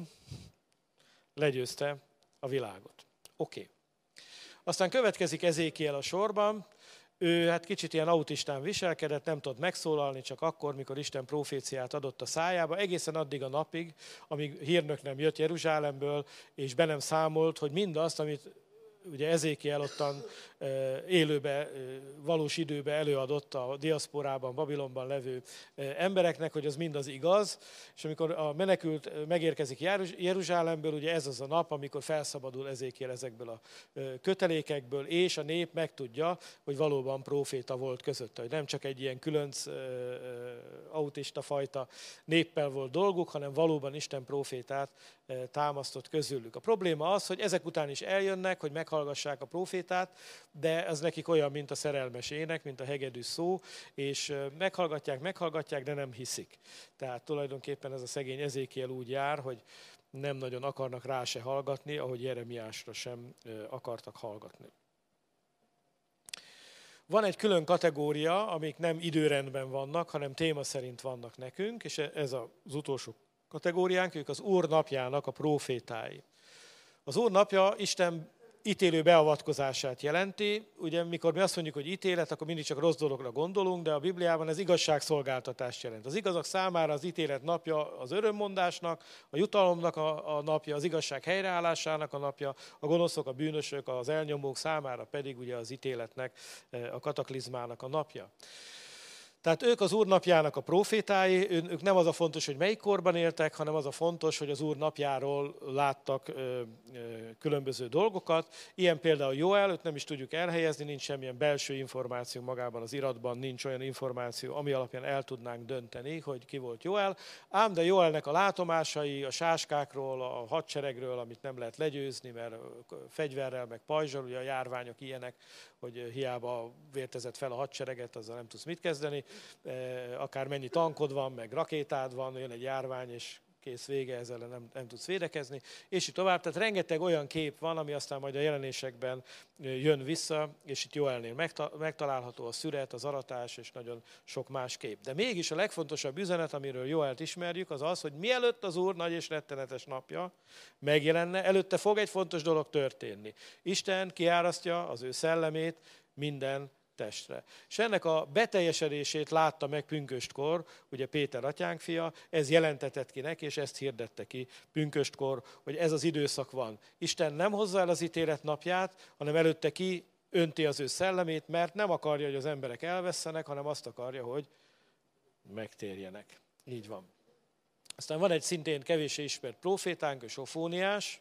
legyőzte a világot. Oké. Aztán következik Ezékiel a sorban, ő hát kicsit ilyen autistán viselkedett, nem tudott megszólalni, csak akkor, mikor Isten proféciát adott a szájába, egészen addig a napig, amíg hírnök nem jött Jeruzsálemből, és be nem számolt, hogy mindazt, amit ugye Ezékiel ottan élőbe, valós időbe előadott a diaszporában, Babilonban levő embereknek, hogy az mindaz igaz, és amikor a menekült megérkezik Jeruzsálemből, ugye ez az a nap, amikor felszabadul Ezékiel ezekből a kötelékekből, és a nép megtudja, hogy valóban próféta volt között, hogy nem csak egy ilyen különc autista fajta néppel volt dolguk, hanem valóban Isten prófétát támasztott közülük. A probléma az, hogy ezek után is eljönnek, hogy meghallgassák a prófétát, de ez nekik olyan, mint a szerelmes ének, mint a hegedű szó, és meghallgatják, de nem hiszik. Tehát tulajdonképpen ez a szegény Ezékiel úgy jár, hogy nem nagyon akarnak rá se hallgatni, ahogy Jeremiásra sem akartak hallgatni. Van egy külön kategória, amik nem időrendben vannak, hanem téma szerint vannak nekünk, és ez az utolsó kategóriánk, ők az Úr napjának a prófétái. Az Úr napja Isten ítélő beavatkozását jelenti. Ugye, mikor mi azt mondjuk, hogy ítélet, akkor mindig csak rossz dologra gondolunk, de a Bibliában ez igazságszolgáltatást jelent. Az igazak számára az ítélet napja az örömmondásnak, a jutalomnak a napja, az igazság helyreállásának a napja, a gonoszok, a bűnösök, az elnyomók számára pedig ugye az ítéletnek, a kataklizmának a napja. Tehát ők az Úr napjának a prófétái, ők nem az a fontos, hogy melyik korban éltek, hanem az a fontos, hogy az Úr napjáról láttak különböző dolgokat. Ilyen például Joel, őt nem is tudjuk elhelyezni, nincs semmilyen belső információ magában az iratban, nincs olyan információ, ami alapján el tudnánk dönteni, hogy ki volt Joel. Ám de Joelnek a látomásai, a sáskákról, a hadseregről, amit nem lehet legyőzni, mert fegyverrel, meg pajzsal, ugye a járványok ilyenek, hogy hiába vértezett fel a hadsereget, azzal nem tudsz mit kezdeni. Akár mennyi tankod van, meg rakétád van, jön egy járvány, és kész, vége, ezzel nem tudsz védekezni, és így tovább. Tehát rengeteg olyan kép van, ami aztán majd a jelenésekben jön vissza, és itt Joelnél megtalálható a szüret, az aratás, és nagyon sok más kép. De mégis a legfontosabb üzenet, amiről Joelt ismerjük, az az, hogy mielőtt az Úr nagy és rettenetes napja megjelenne, előtte fog egy fontos dolog történni. Isten kiárasztja az ő szellemét minden testre. És ennek a beteljesedését látta meg pünköstkor, ugye Péter atyánk fia, ez jelentetett ki neki, és ezt hirdette ki pünköstkor, hogy ez az időszak van. Isten nem hozza el az ítélet napját, hanem előtte ki önti az ő szellemét, mert nem akarja, hogy az emberek elvesszenek, hanem azt akarja, hogy megtérjenek. Így van. Aztán van egy szintén kevéssé ismert prófétánk, Sofóniás.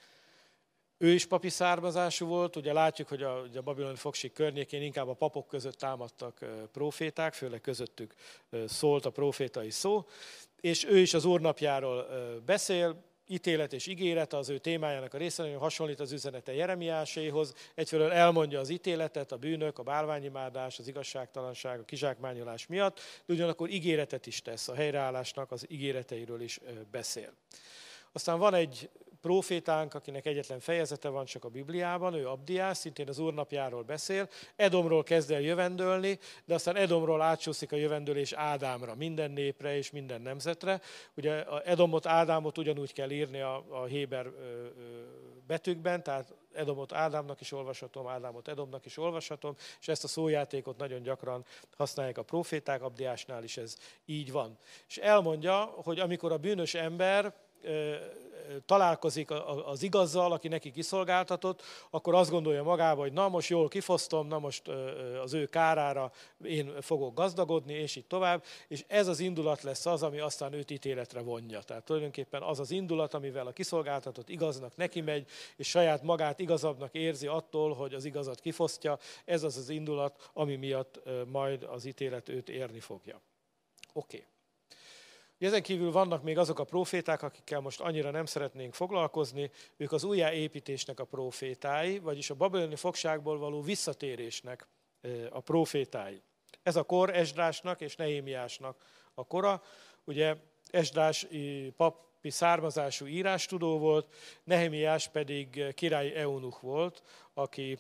Ő is papi származású volt, ugye látjuk, hogy a babiloni fogsík környékén inkább a papok között támadtak próféták, főleg közöttük szólt a prófétai szó, és ő is az Úr napjáról beszél, ítélet és ígéret az ő témájának a része, nagyon hasonlít az üzenete Jeremiáséhoz. Egyfelől elmondja az ítéletet, a bűnök, a bálványimádás, az igazságtalanság, a kizsákmányolás miatt, de ugyanakkor ígéretet is tesz, a helyreállásnak az ígéreteiről is beszél. Aztán van egy prófétánk, akinek egyetlen fejezete van csak a Bibliában, ő Abdiás, szintén az Úr napjáról beszél. Edomról kezd el jövendölni, de aztán Edomról átsúszik a jövendölés Ádámra, minden népre és minden nemzetre. Ugye Edomot, Ádámot ugyanúgy kell írni a héber betűkben, tehát Edomot Ádámnak is olvashatom, Ádámot Edomnak is olvashatom, és ezt a szójátékot nagyon gyakran használják a próféták, Abdiásnál is ez így van. És elmondja, hogy amikor a bűnös ember találkozik az igazzal, aki neki kiszolgáltatott, akkor azt gondolja magába, hogy na most jól kifosztom, na most az ő kárára én fogok gazdagodni, és így tovább, és ez az indulat lesz az, ami aztán őt ítéletre vonja. Tehát tulajdonképpen az az indulat, amivel a kiszolgáltatott igaznak neki megy, és saját magát igazabbnak érzi attól, hogy az igazat kifosztja, ez az az indulat, ami miatt majd az ítélet őt érni fogja. Oké. Ezen kívül vannak még azok a próféták, akikkel most annyira nem szeretnénk foglalkozni, ők az újjáépítésnek a prófétái, vagyis a babiloni fogságból való visszatérésnek a prófétái. Ez a kor Esdrásnak és Nehémiásnak a kora. Ugye Esdrás papi származású írástudó volt, Nehémiás pedig királyi eunuch volt, aki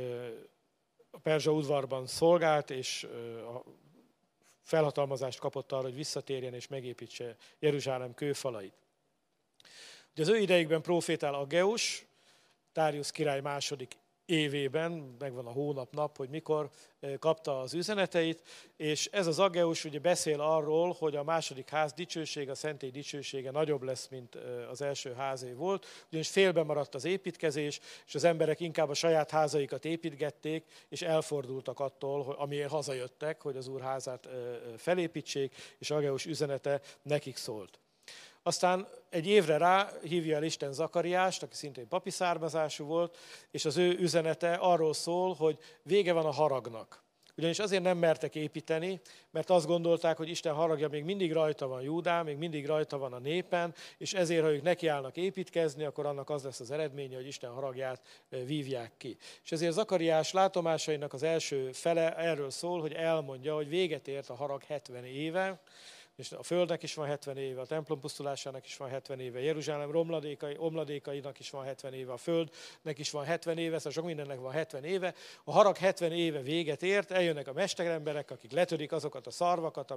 a perzsa udvarban szolgált, és felhatalmazást kapott arra, hogy visszatérjen és megépítse Jeruzsálem kőfalait. Ugye az ő idejükben prófétál Aggeus, Dáriusz király második évében, megvan a hónap-nap, hogy mikor kapta az üzeneteit, és ez az Aggeus ugye beszél arról, hogy a második ház dicsősége, a szentély dicsősége nagyobb lesz, mint az első házé volt, ugyanis félbe maradt az építkezés, és az emberek inkább a saját házaikat építgették, és elfordultak attól, amiért hazajöttek, hogy az Úr házát felépítsék, és Aggeus üzenete nekik szólt. Aztán egy évre rá hívja el Isten Zakariást, aki szintén papi származású volt, és az ő üzenete arról szól, hogy vége van a haragnak. Ugyanis azért nem mertek építeni, mert azt gondolták, hogy Isten haragja még mindig rajta van Júdán, még mindig rajta van a népen, és ezért, ha ők nekiállnak építkezni, akkor annak az lesz az eredménye, hogy Isten haragját vívják ki. És ezért Zakariás látomásainak az első fele erről szól, hogy elmondja, hogy véget ért a harag 70 éve, és a földnek is van 70 éve, a templom pusztulásának is van 70 éve, Jeruzsálem omladékainak is van 70 éve, a földnek is van 70 éve, szóval sok mindennek van 70 éve. A harag 70 éve véget ért, eljönnek a mesteremberek, akik letörik azokat a szarvakat,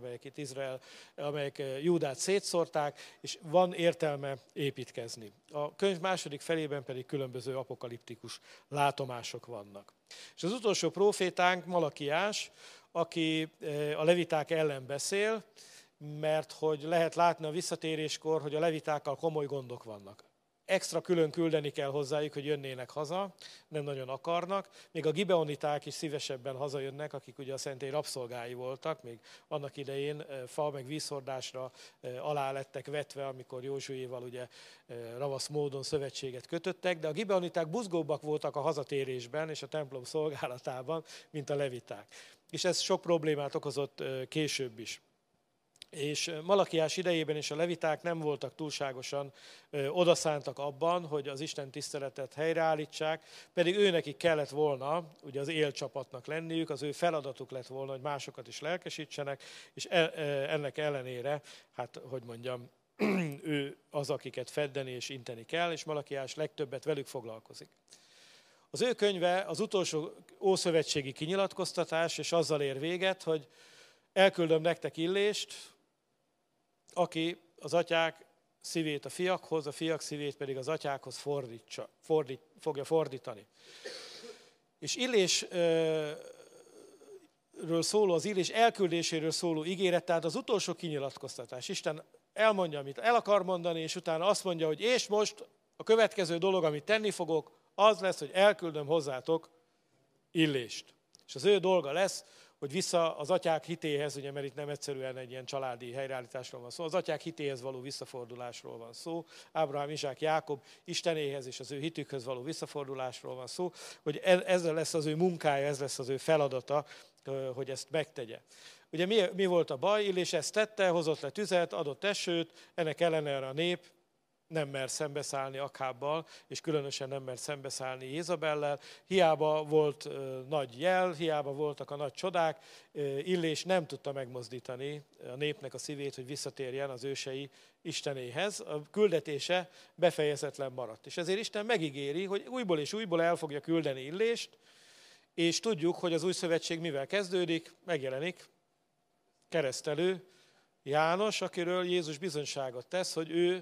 amelyek Júdát szétszórták, és van értelme építkezni. A könyv második felében pedig különböző apokaliptikus látomások vannak. És az utolsó prófétánk Malakiás, aki a leviták ellen beszél, mert hogy lehet látni a visszatéréskor, hogy a levitákkal komoly gondok vannak. Extra külön küldeni kell hozzájuk, hogy jönnének haza, nem nagyon akarnak. Még a gibeoniták is szívesebben hazajönnek, akik ugye a szentély rabszolgái voltak, még annak idején fa meg vízhordásra alá lettek vetve, amikor Józsuéval ugye ravasz módon szövetséget kötöttek, de a gibeoniták buzgóbbak voltak a hazatérésben és a templom szolgálatában, mint a leviták. És ez sok problémát okozott később is. És Malakiás idejében is a leviták nem voltak túlságosan odaszántak abban, hogy az Isten tiszteletet helyreállítsák, pedig őnekik kellett volna, ugye az élcsapatnak lenniük, az ő feladatuk lett volna, hogy másokat is lelkesítsenek, és ennek ellenére, hát hogy mondjam, ő az, akiket feddeni és inteni kell, és Malakiás legtöbbet velük foglalkozik. Az ő könyve az utolsó ószövetségi kinyilatkoztatás, és azzal ér véget, hogy elküldöm nektek Illést, aki az atyák szívét a fiakhoz, a fiak szívét pedig az atyákhoz fogja fordítani. És Illésről szóló, az Illés elküldéséről szóló ígéret, tehát az utolsó kinyilatkoztatás. Isten elmondja, amit el akar mondani, és utána azt mondja, hogy és most a következő dolog, amit tenni fogok, az lesz, hogy elküldöm hozzátok Illést. És az ő dolga lesz, hogy vissza az atyák hitéhez, ugye, mert itt nem egyszerűen egy ilyen családi helyreállításról van szó, az atyák hitéhez való visszafordulásról van szó, Ábrahám, Izsák, Jákob Istenéhez és az ő hitükhöz való visszafordulásról van szó, hogy ez lesz az ő munkája, ez lesz az ő feladata, hogy ezt megtegye. Ugye mi volt a baj? Illés ezt tette, hozott le tüzet, adott esőt, ennek ellenére a nép nem mer szembeszállni Akábbal, és különösen nem mer szembeszállni Jézabellel. Hiába volt nagy jel, hiába voltak a nagy csodák, Illés nem tudta megmozdítani a népnek a szívét, hogy visszatérjen az ősei Istenéhez. A küldetése befejezetlen maradt. És ezért Isten megígéri, hogy újból és újból el fogja küldeni Illést, és tudjuk, hogy az új szövetség mivel kezdődik, megjelenik keresztelő János, akiről Jézus bizonyságot tesz, hogy ő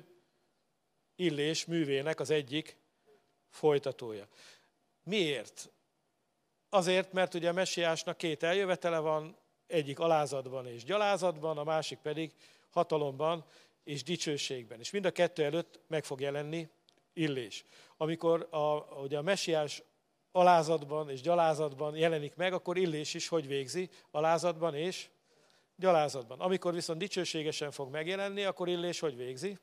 Illés művének az egyik folytatója. Miért? Azért, mert ugye a messiásnak két eljövetele van, egyik alázatban és gyalázatban, a másik pedig hatalomban és dicsőségben. És mind a kettő előtt meg fog jelenni Illés. Amikor ugye a messiás alázatban és gyalázatban jelenik meg, akkor Illés is hogy végzi? Alázatban és gyalázatban. Amikor viszont dicsőségesen fog megjelenni, akkor Illés hogy végzi?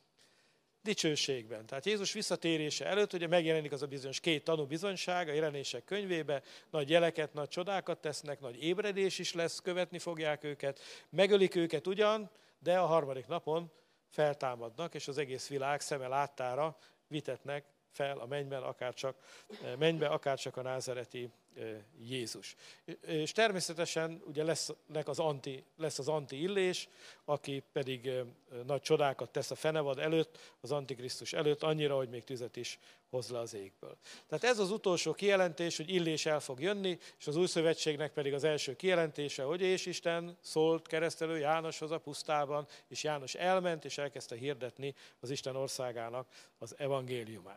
Dicsőségben. Tehát Jézus visszatérése előtt ugye megjelenik az a bizonyos két tanúbizonyság a jelenések könyvébe, nagy jeleket, nagy csodákat tesznek, nagy ébredés is lesz, követni fogják őket, megölik őket ugyan, de a harmadik napon feltámadnak, és az egész világ szeme láttára vitetnek fel a mennybe, akárcsak a názareti Jézus. És természetesen ugye lesz az anti-Illés, aki pedig nagy csodákat tesz a fenevad előtt, az Antikrisztus előtt, annyira, hogy még tüzet is hoz le az égből. Tehát ez az utolsó kijelentés, hogy Illés el fog jönni, és az új szövetségnek pedig az első kijelentése, hogy és Isten szólt keresztelő Jánoshoz a pusztában, és János elment, és elkezdte hirdetni az Isten országának az evangéliumát.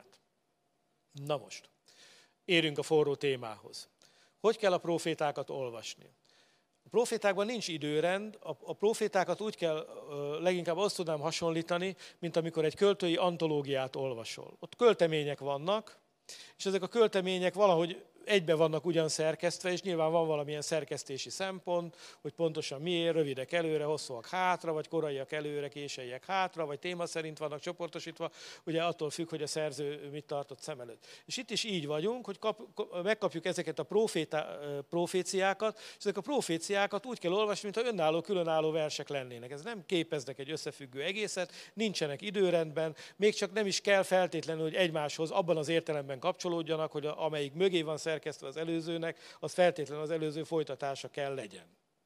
Na most, érünk a forró témához. Hogy kell a profétákat olvasni? A profétákban nincs időrend, a profétákat úgy kell, leginkább azt tudnám hasonlítani, mint amikor egy költői antológiát olvasol. Ott költemények vannak, és ezek a költemények valahogy egybe vannak ugyan szerkesztve, és nyilván van valamilyen szerkesztési szempont, hogy pontosan miért, rövidek előre, hosszúak hátra, vagy koraiak előre, későiek hátra, vagy téma szerint vannak csoportosítva, ugye attól függ, hogy a szerző mit tartott szem előtt. És itt is így vagyunk, hogy megkapjuk ezeket a proféciákat, és ezek a proféciákat úgy kell olvasni, mintha önálló, különálló versek lennének. Ez nem képeznek egy összefüggő egészet, nincsenek időrendben, még csak nem is kell feltétlenül, hogy egymáshoz abban az értelemben kapcsolódjanak, hogy amelyik mögé van szerkesztve az előzőnek, az feltétlenül az előző folytatása kell legyen.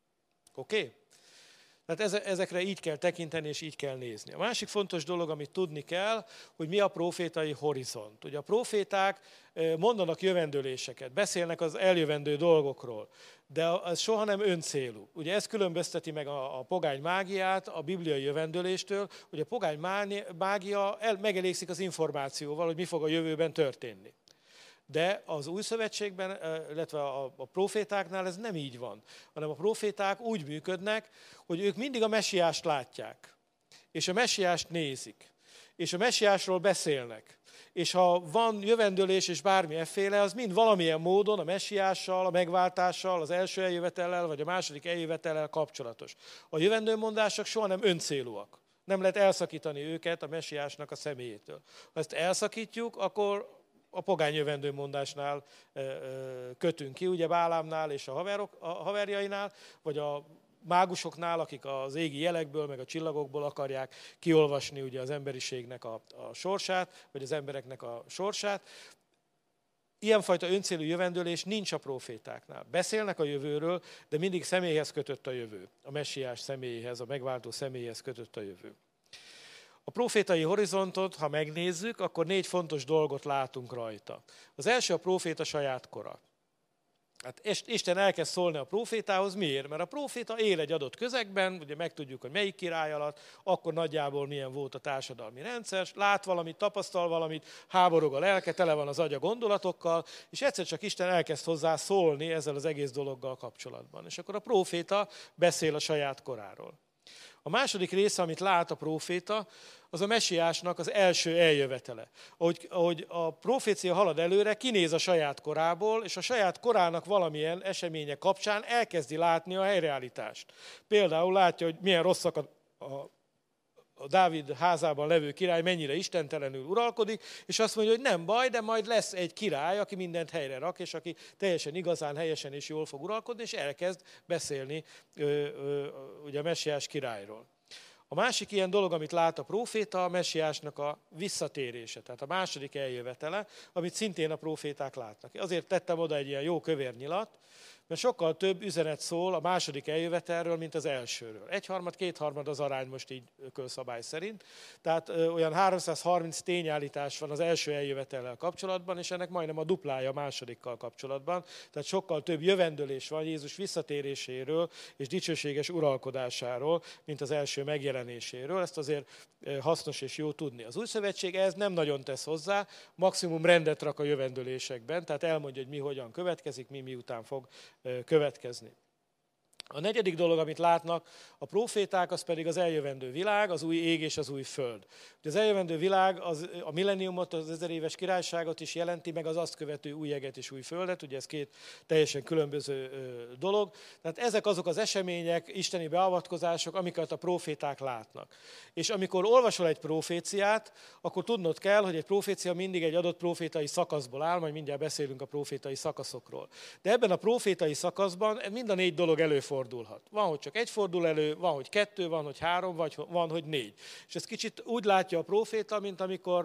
Oké? Tehát ezekre így kell tekinteni, és így kell nézni. A másik fontos dolog, amit tudni kell, hogy mi a profétai horizont. Ugye a proféták mondanak jövendőléseket, beszélnek az eljövendő dolgokról, de ez soha nem öncélú. Ugye ez különbözteti meg a pogány mágiát a bibliai jövendőléstől, hogy a pogány mágia megelégszik az információval, hogy mi fog a jövőben történni. De az új szövetségben, illetve a profétáknál ez nem így van, hanem a proféták úgy működnek, hogy ők mindig a messiást látják, és a messiást nézik, és a messiásról beszélnek. És ha van jövendőlés és bármi efféle, az mind valamilyen módon a messiással, a megváltással, az első eljövetellel vagy a második eljövetellel kapcsolatos. A jövendőmondások soha nem öncélúak. Nem lehet elszakítani őket a messiásnak a személyétől. Ha ezt elszakítjuk, akkor a pogány jövendőmondásnál kötünk ki, ugye Bálámnál és a haverjainál, vagy a mágusoknál, akik az égi jelekből, meg a csillagokból akarják kiolvasni ugye az emberiségnek a sorsát, vagy az embereknek a sorsát. Ilyenfajta öncélú jövendőlés nincs a profétáknál. Beszélnek a jövőről, de mindig személyhez kötött a jövő. A messiás személyéhez, a megváltó személyéhez kötött a jövő. A profétai horizontot, ha megnézzük, akkor 4 fontos dolgot látunk rajta. Az első a proféta saját kora. Hát Isten elkezd szólni a profétához, miért? Mert a proféta él egy adott közegben, ugye megtudjuk, hogy melyik király alatt, akkor nagyjából milyen volt a társadalmi rendszer, lát valamit, tapasztal valamit, háborog a lelke, tele van az agya gondolatokkal, és egyszer csak Isten elkezd hozzá szólni ezzel az egész dologgal kapcsolatban. És akkor a proféta beszél a saját koráról. A második része, amit lát a próféta, az a messiásnak az első eljövetele. Ahogy a profécia halad előre, kinéz a saját korából, és a saját korának valamilyen eseménye kapcsán elkezdi látni a helyreállítást. Például látja, hogy milyen rosszak a Dávid házában levő király mennyire istentelenül uralkodik, és azt mondja, hogy nem baj, de majd lesz egy király, aki mindent helyre rak, és aki teljesen igazán, helyesen és jól fog uralkodni, és elkezd beszélni ugye a messiás királyról. A másik ilyen dolog, amit lát a próféta, a messiásnak a visszatérése, tehát a második eljövetele, amit szintén a próféták látnak. Azért tettem oda egy ilyen jó kövér nyilat, mert sokkal több üzenet szól a második eljövetelről, mint az elsőről. 1/3, 2/3 az arány most így ökölszabály szerint. Tehát olyan 330 tényállítás van az első eljövetellel kapcsolatban, és ennek majdnem a duplája a másodikkal kapcsolatban. Tehát sokkal több jövendőlés van Jézus visszatéréséről és dicsőséges uralkodásáról, mint az első megjelenéséről. Ezt azért hasznos és jó tudni. Az Új Szövetség ehhez nem nagyon tesz hozzá, maximum rendet rak a jövendőlésekben, tehát elmondja, hogy mi hogyan következik, mi miután fog következni. A negyedik dolog, amit látnak a próféták, az pedig az eljövendő világ, az új ég és az új föld. Ugye az eljövendő világ az a milleniumot, az 1000 éves királyságot is jelenti, meg az azt követő új jeget és új földet, ugye ez két teljesen különböző dolog. Tehát ezek azok az események, isteni beavatkozások, amiket a próféták látnak. És amikor olvasol egy proféciát, akkor tudnod kell, hogy egy profécia mindig egy adott profétai szakaszból áll, majd mindjárt beszélünk a profétai szakaszokról. De ebben a profétai szakaszban mind a 4 dolog előfordulhat. Van, hogy csak egy fordul elő, van, hogy 2, van, hogy 3, vagy van, hogy 4. És ezt kicsit úgy látja a próféta, mint amikor,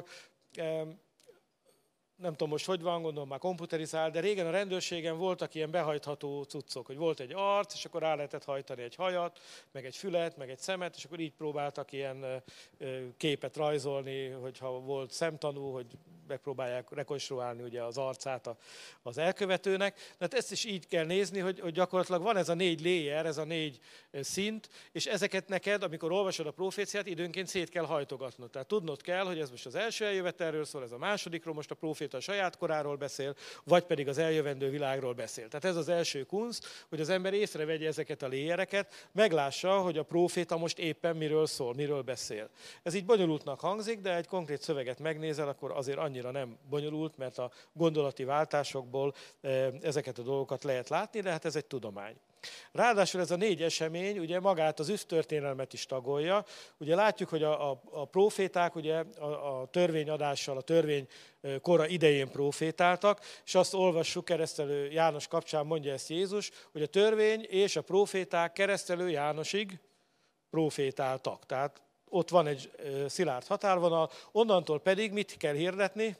nem tudom most hogy van, gondolom már komputerizál, de régen a rendőrségen voltak ilyen behajtható cuccok, hogy volt egy arc, és akkor rá lehetett hajtani egy hajat, meg egy fület, meg egy szemet, és akkor így próbáltak ilyen képet rajzolni, hogyha volt szemtanú, hogy megpróbálják rekonstruálni ugye az arcát az elkövetőnek. Tehát ezt is így kell nézni, hogy gyakorlatilag van ez a 4 layer, ez a 4 szint, és ezeket neked, amikor olvasod a proféciát, időnként szét kell hajtogatnod. Tehát tudnod kell, hogy ez most az első eljövetelről szól, ez a másodikról, most a proféta a saját koráról beszél, vagy pedig az eljövendő világról beszél. Tehát ez az első kunst, hogy az ember észrevegye ezeket a layereket, meglássa, hogy a proféta most éppen miről szól, miről beszél. Ez így bonyolultnak hangzik, de egy konkrét szöveget megnézel, akkor azért annyira nem bonyolult, mert a gondolati váltásokból ezeket a dolgokat lehet látni, de hát ez egy tudomány. Ráadásul ez a 4 esemény ugye magát az üszttörténelmet is tagolja. Ugye látjuk, hogy a próféták ugye a törvényadással, a törvény kora idején prófétáltak, és azt olvassuk, keresztelő János kapcsán mondja ezt Jézus, hogy a törvény és a próféták keresztelő Jánosig prófétáltak. Tehát ott van egy szilárd határvonal, onnantól pedig mit kell hirdetni?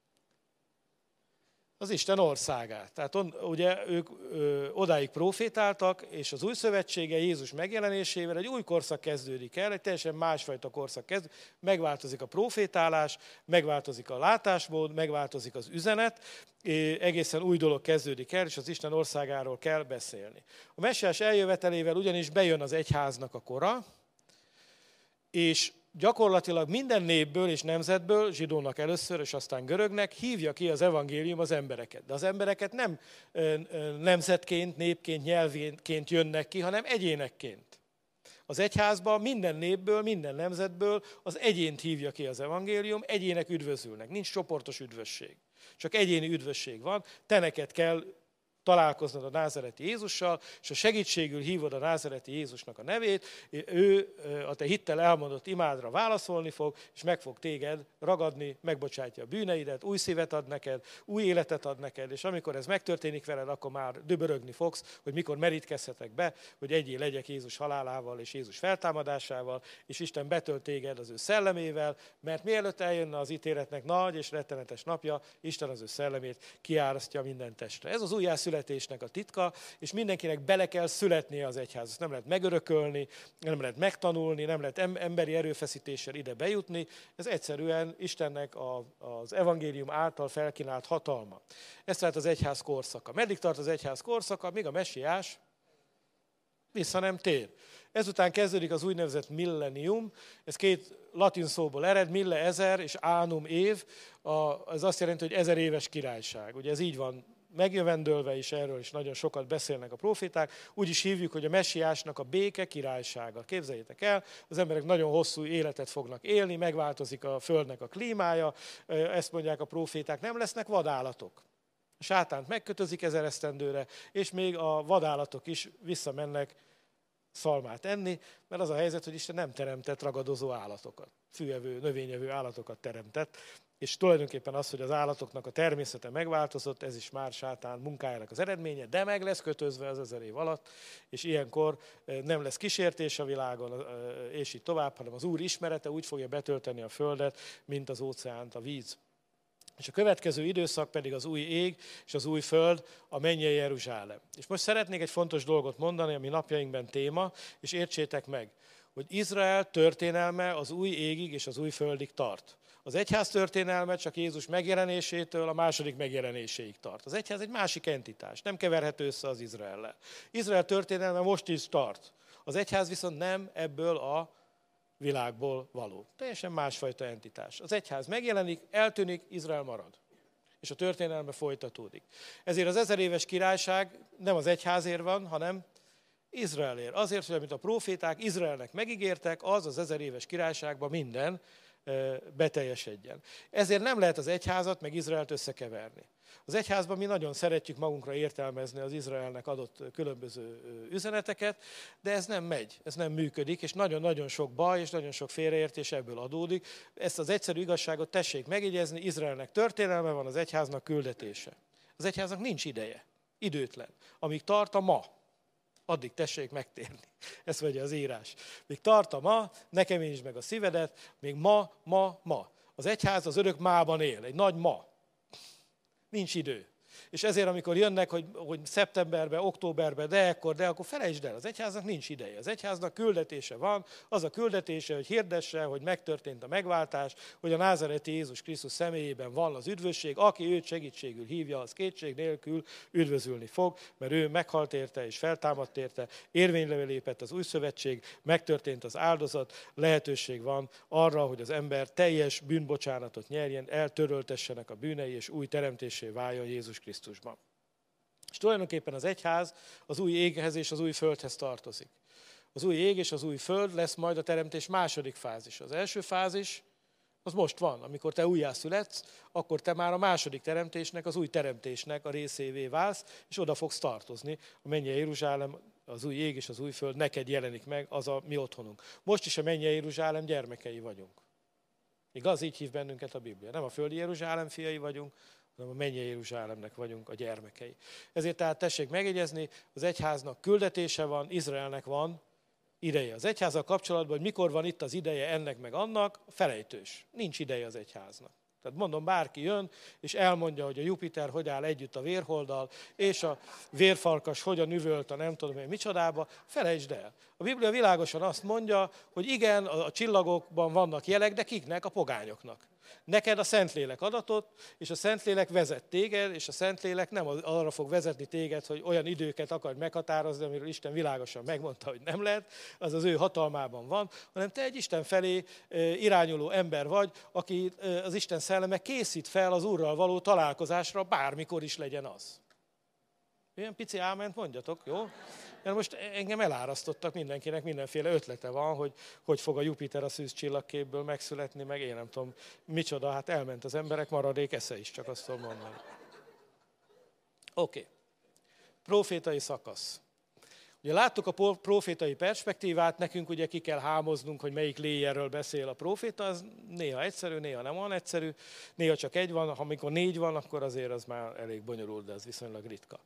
Az Isten országát. Tehát ugye ők odáig profétáltak, és az új szövetsége Jézus megjelenésével egy új korszak kezdődik el, egy teljesen másfajta korszak kezdődik. Megváltozik a profétálás, megváltozik a látásmód, megváltozik az üzenet, egészen új dolog kezdődik el, és az Isten országáról kell beszélni. A messiás eljövetelével ugyanis bejön az egyháznak a kora, és gyakorlatilag minden népből és nemzetből, zsidónak először, és aztán görögnek hívja ki az evangélium az embereket. De az embereket nem nemzetként, népként, nyelvénként jönnek ki, hanem egyénekként. Az egyházban minden népből, minden nemzetből az egyént hívja ki az evangélium, egyének üdvözülnek, nincs csoportos üdvösség. Csak egyéni üdvösség van, te neked kell találkoznod a názareti Jézussal, és a segítségül hívod a názareti Jézusnak a nevét, ő a te hittel elmondott imádra válaszolni fog, és meg fog téged ragadni, megbocsátja a bűneidet, új szívet ad neked, új életet ad neked, és amikor ez megtörténik veled, akkor már dübörögni fogsz, hogy mikor merítkezhetek be, hogy egyé legyek Jézus halálával és Jézus feltámadásával, és Isten betölt téged az ő szellemével, mert mielőtt eljönne az ítéletnek nagy és rettenetes napja, Isten az ő szellemét kiárasztja minden testre. Ez az újjászületésnek a titka, és mindenkinek bele kell születnie az egyházhoz. Nem lehet megörökölni, nem lehet megtanulni, nem lehet emberi erőfeszítéssel ide bejutni. Ez egyszerűen Istennek az evangélium által felkínált hatalma. Ez tehát az egyház korszaka. Meddig tart az egyház korszaka? Míg a messiás vissza nem tér. Ezután kezdődik az úgynevezett millennium, ez 2 latin szóból ered, mille 1000 és annum év, ez azt jelenti, hogy 1000 éves királyság. Ugye ez így van megjövendölve is, erről is nagyon sokat beszélnek a proféták, úgy is hívjuk, hogy a messiásnak a béke királysága. Képzeljétek el, az emberek nagyon hosszú életet fognak élni, megváltozik a földnek a klímája, ezt mondják a proféták, nem lesznek vadállatok. A sátánt megkötözik 1000 esztendőre, és még a vadállatok is visszamennek szalmát enni, mert az a helyzet, hogy Isten nem teremtett ragadozó állatokat. Fűevő, növényevő állatokat teremtett, és tulajdonképpen az, hogy az állatoknak a természete megváltozott, ez is már sátán munkájának az eredménye, de meg lesz kötözve az 1000 év alatt, és ilyenkor nem lesz kísértés a világon, és így tovább, hanem az Úr ismerete úgy fogja betölteni a földet, mint az óceánt a víz. És a következő időszak pedig az új ég és az új föld, a mennyei Jeruzsálem. És most szeretnék egy fontos dolgot mondani, ami napjainkban téma, és értsétek meg, hogy Izrael történelme az új égig és az új földig tart. Az egyház történelme csak Jézus megjelenésétől a második megjelenéséig tart. Az egyház egy másik entitás, nem keverhető össze az Izraellel. Izrael történelme most is tart. Az egyház viszont nem ebből a világból való. Teljesen másfajta entitás. Az egyház megjelenik, eltűnik, Izrael marad. És a történelme folytatódik. Ezért az 1000 éves királyság nem az egyházért van, hanem Izraelért. Azért, hogy amit a próféták Izraelnek megígértek, az 1000 éves királyságban minden beteljesedjen. Ezért nem lehet az egyházat meg Izraelt összekeverni. Az egyházban mi nagyon szeretjük magunkra értelmezni az Izraelnek adott különböző üzeneteket, de ez nem megy, ez nem működik, és nagyon-nagyon sok baj és nagyon sok félreértés ebből adódik. Ezt az egyszerű igazságot tessék megjegyezni, Izraelnek történelme van, az egyháznak küldetése. Az egyháznak nincs ideje, időtlen, amíg tart a ma. Addig tessék megtérni. Ezt mondja az írás. Még tart a ma, ne keményítsd meg a szívedet, még ma. Az egyház az örök mában él, egy nagy ma. Nincs idő. És ezért, amikor jönnek, hogy szeptemberben, októberben, de akkor felejtsd el, az egyháznak nincs ideje. Az egyháznak küldetése van, az a küldetése, hogy hirdesse, hogy megtörtént a megváltás, hogy a názareti Jézus Krisztus személyében van az üdvösség, aki őt segítségül hívja, az kétség nélkül üdvözülni fog, mert ő meghalt érte és feltámadt érte, érvényre lépett az új szövetség, megtörtént az áldozat, lehetőség van arra, hogy az ember teljes bűnbocsánatot nyerjen, eltöröltessenek a bűnei, és új teremtésé váljon Jézus Krisztusban. És tulajdonképpen az egyház az új éghez és az új földhez tartozik. Az új ég és az új föld lesz majd a teremtés második fázis. Az első fázis az most van. Amikor te újjászületsz, akkor te már a második teremtésnek, az új teremtésnek a részévé válsz, és oda fogsz tartozni. A mennyei Jeruzsálem, az új ég és az új föld neked jelenik meg, az a mi otthonunk. Most is a mennyei Jeruzsálem gyermekei vagyunk. Igaz? Így hív bennünket a Biblia. Nem a földi Jeruzsálem fiai vagyunk, hanem a mennyei Jeruzsálemnek vagyunk a gyermekei. Ezért tehát tessék megjegyezni, az egyháznak küldetése van, Izraelnek van ideje. Az egyházzal kapcsolatban, hogy mikor van itt az ideje ennek meg annak, felejtős. Nincs ideje az egyháznak. Tehát mondom, bárki jön, és elmondja, hogy a Jupiter hogy áll együtt a vérholddal, és a vérfarkas hogyan üvölt a nem tudom én micsodába, felejtsd el. A Biblia világosan azt mondja, hogy igen, a csillagokban vannak jelek, de kiknek? A pogányoknak. Neked a Szentlélek adatot, és a Szentlélek vezet téged, és a Szentlélek nem arra fog vezetni téged, hogy olyan időket akar meghatározni, amiről Isten világosan megmondta, hogy nem lehet, az az ő hatalmában van, hanem te egy Isten felé irányuló ember vagy, aki az Isten szelleme készít fel az Úrral való találkozásra, bármikor is legyen az. Ilyen pici áment mondjatok, jó? Mert most engem elárasztottak, mindenkinek mindenféle ötlete van, hogy fog a Jupiter a szűz csillagképből megszületni, meg én nem tudom micsoda, hát elment az emberek maradék esze is, csak azt tudom mondani. Oké. Profétai szakasz. Ugye láttuk a profétai perspektívát, nekünk ugye ki kell hámoznunk, hogy melyik léjerről beszél a proféta, az néha egyszerű, néha nem olyan egyszerű, néha csak egy van, ha amikor 4 van, akkor azért az már elég bonyolult, de ez viszonylag ritka.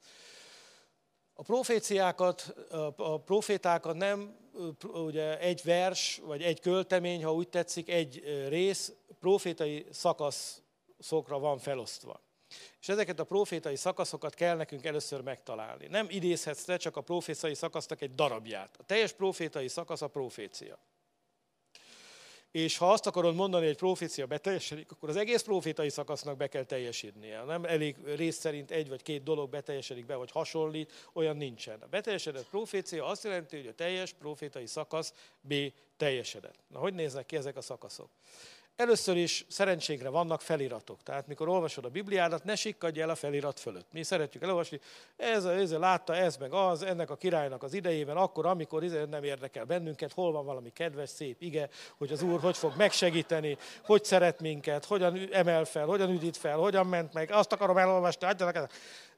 A profétákat nem ugye egy vers, vagy egy költemény, ha úgy tetszik, egy rész profétai szakaszokra van felosztva. És ezeket a profétai szakaszokat kell nekünk először megtalálni. Nem idézhetsz le csak a profétai szakasznak egy darabját. A teljes profétai szakasz a profécia. És ha azt akarod mondani, hogy egy profécia beteljesedik, akkor az egész profétai szakasznak be kell teljesednie. Nem elég rész szerint 1 vagy 2 dolog beteljesedik be, vagy hasonlít, olyan nincsen. A beteljesedett profécia azt jelenti, hogy a teljes profétai szakasz teljesedett. Na, hogy néznek ki ezek a szakaszok? Először is szerencségre vannak feliratok. Tehát mikor olvasod a Bibliádat, ne sikkadj el a felirat fölött. Mi szeretjük elolvasni, ez látta, ez meg az, ennek a királynak az idejében, akkor, amikor nem érdekel bennünket, hol van valami kedves, szép ige, hogy az Úr hogy fog megsegíteni, hogy szeret minket, hogyan emel fel, hogyan üdít fel, hogyan ment meg, azt akarom elolvasni, adjanak el.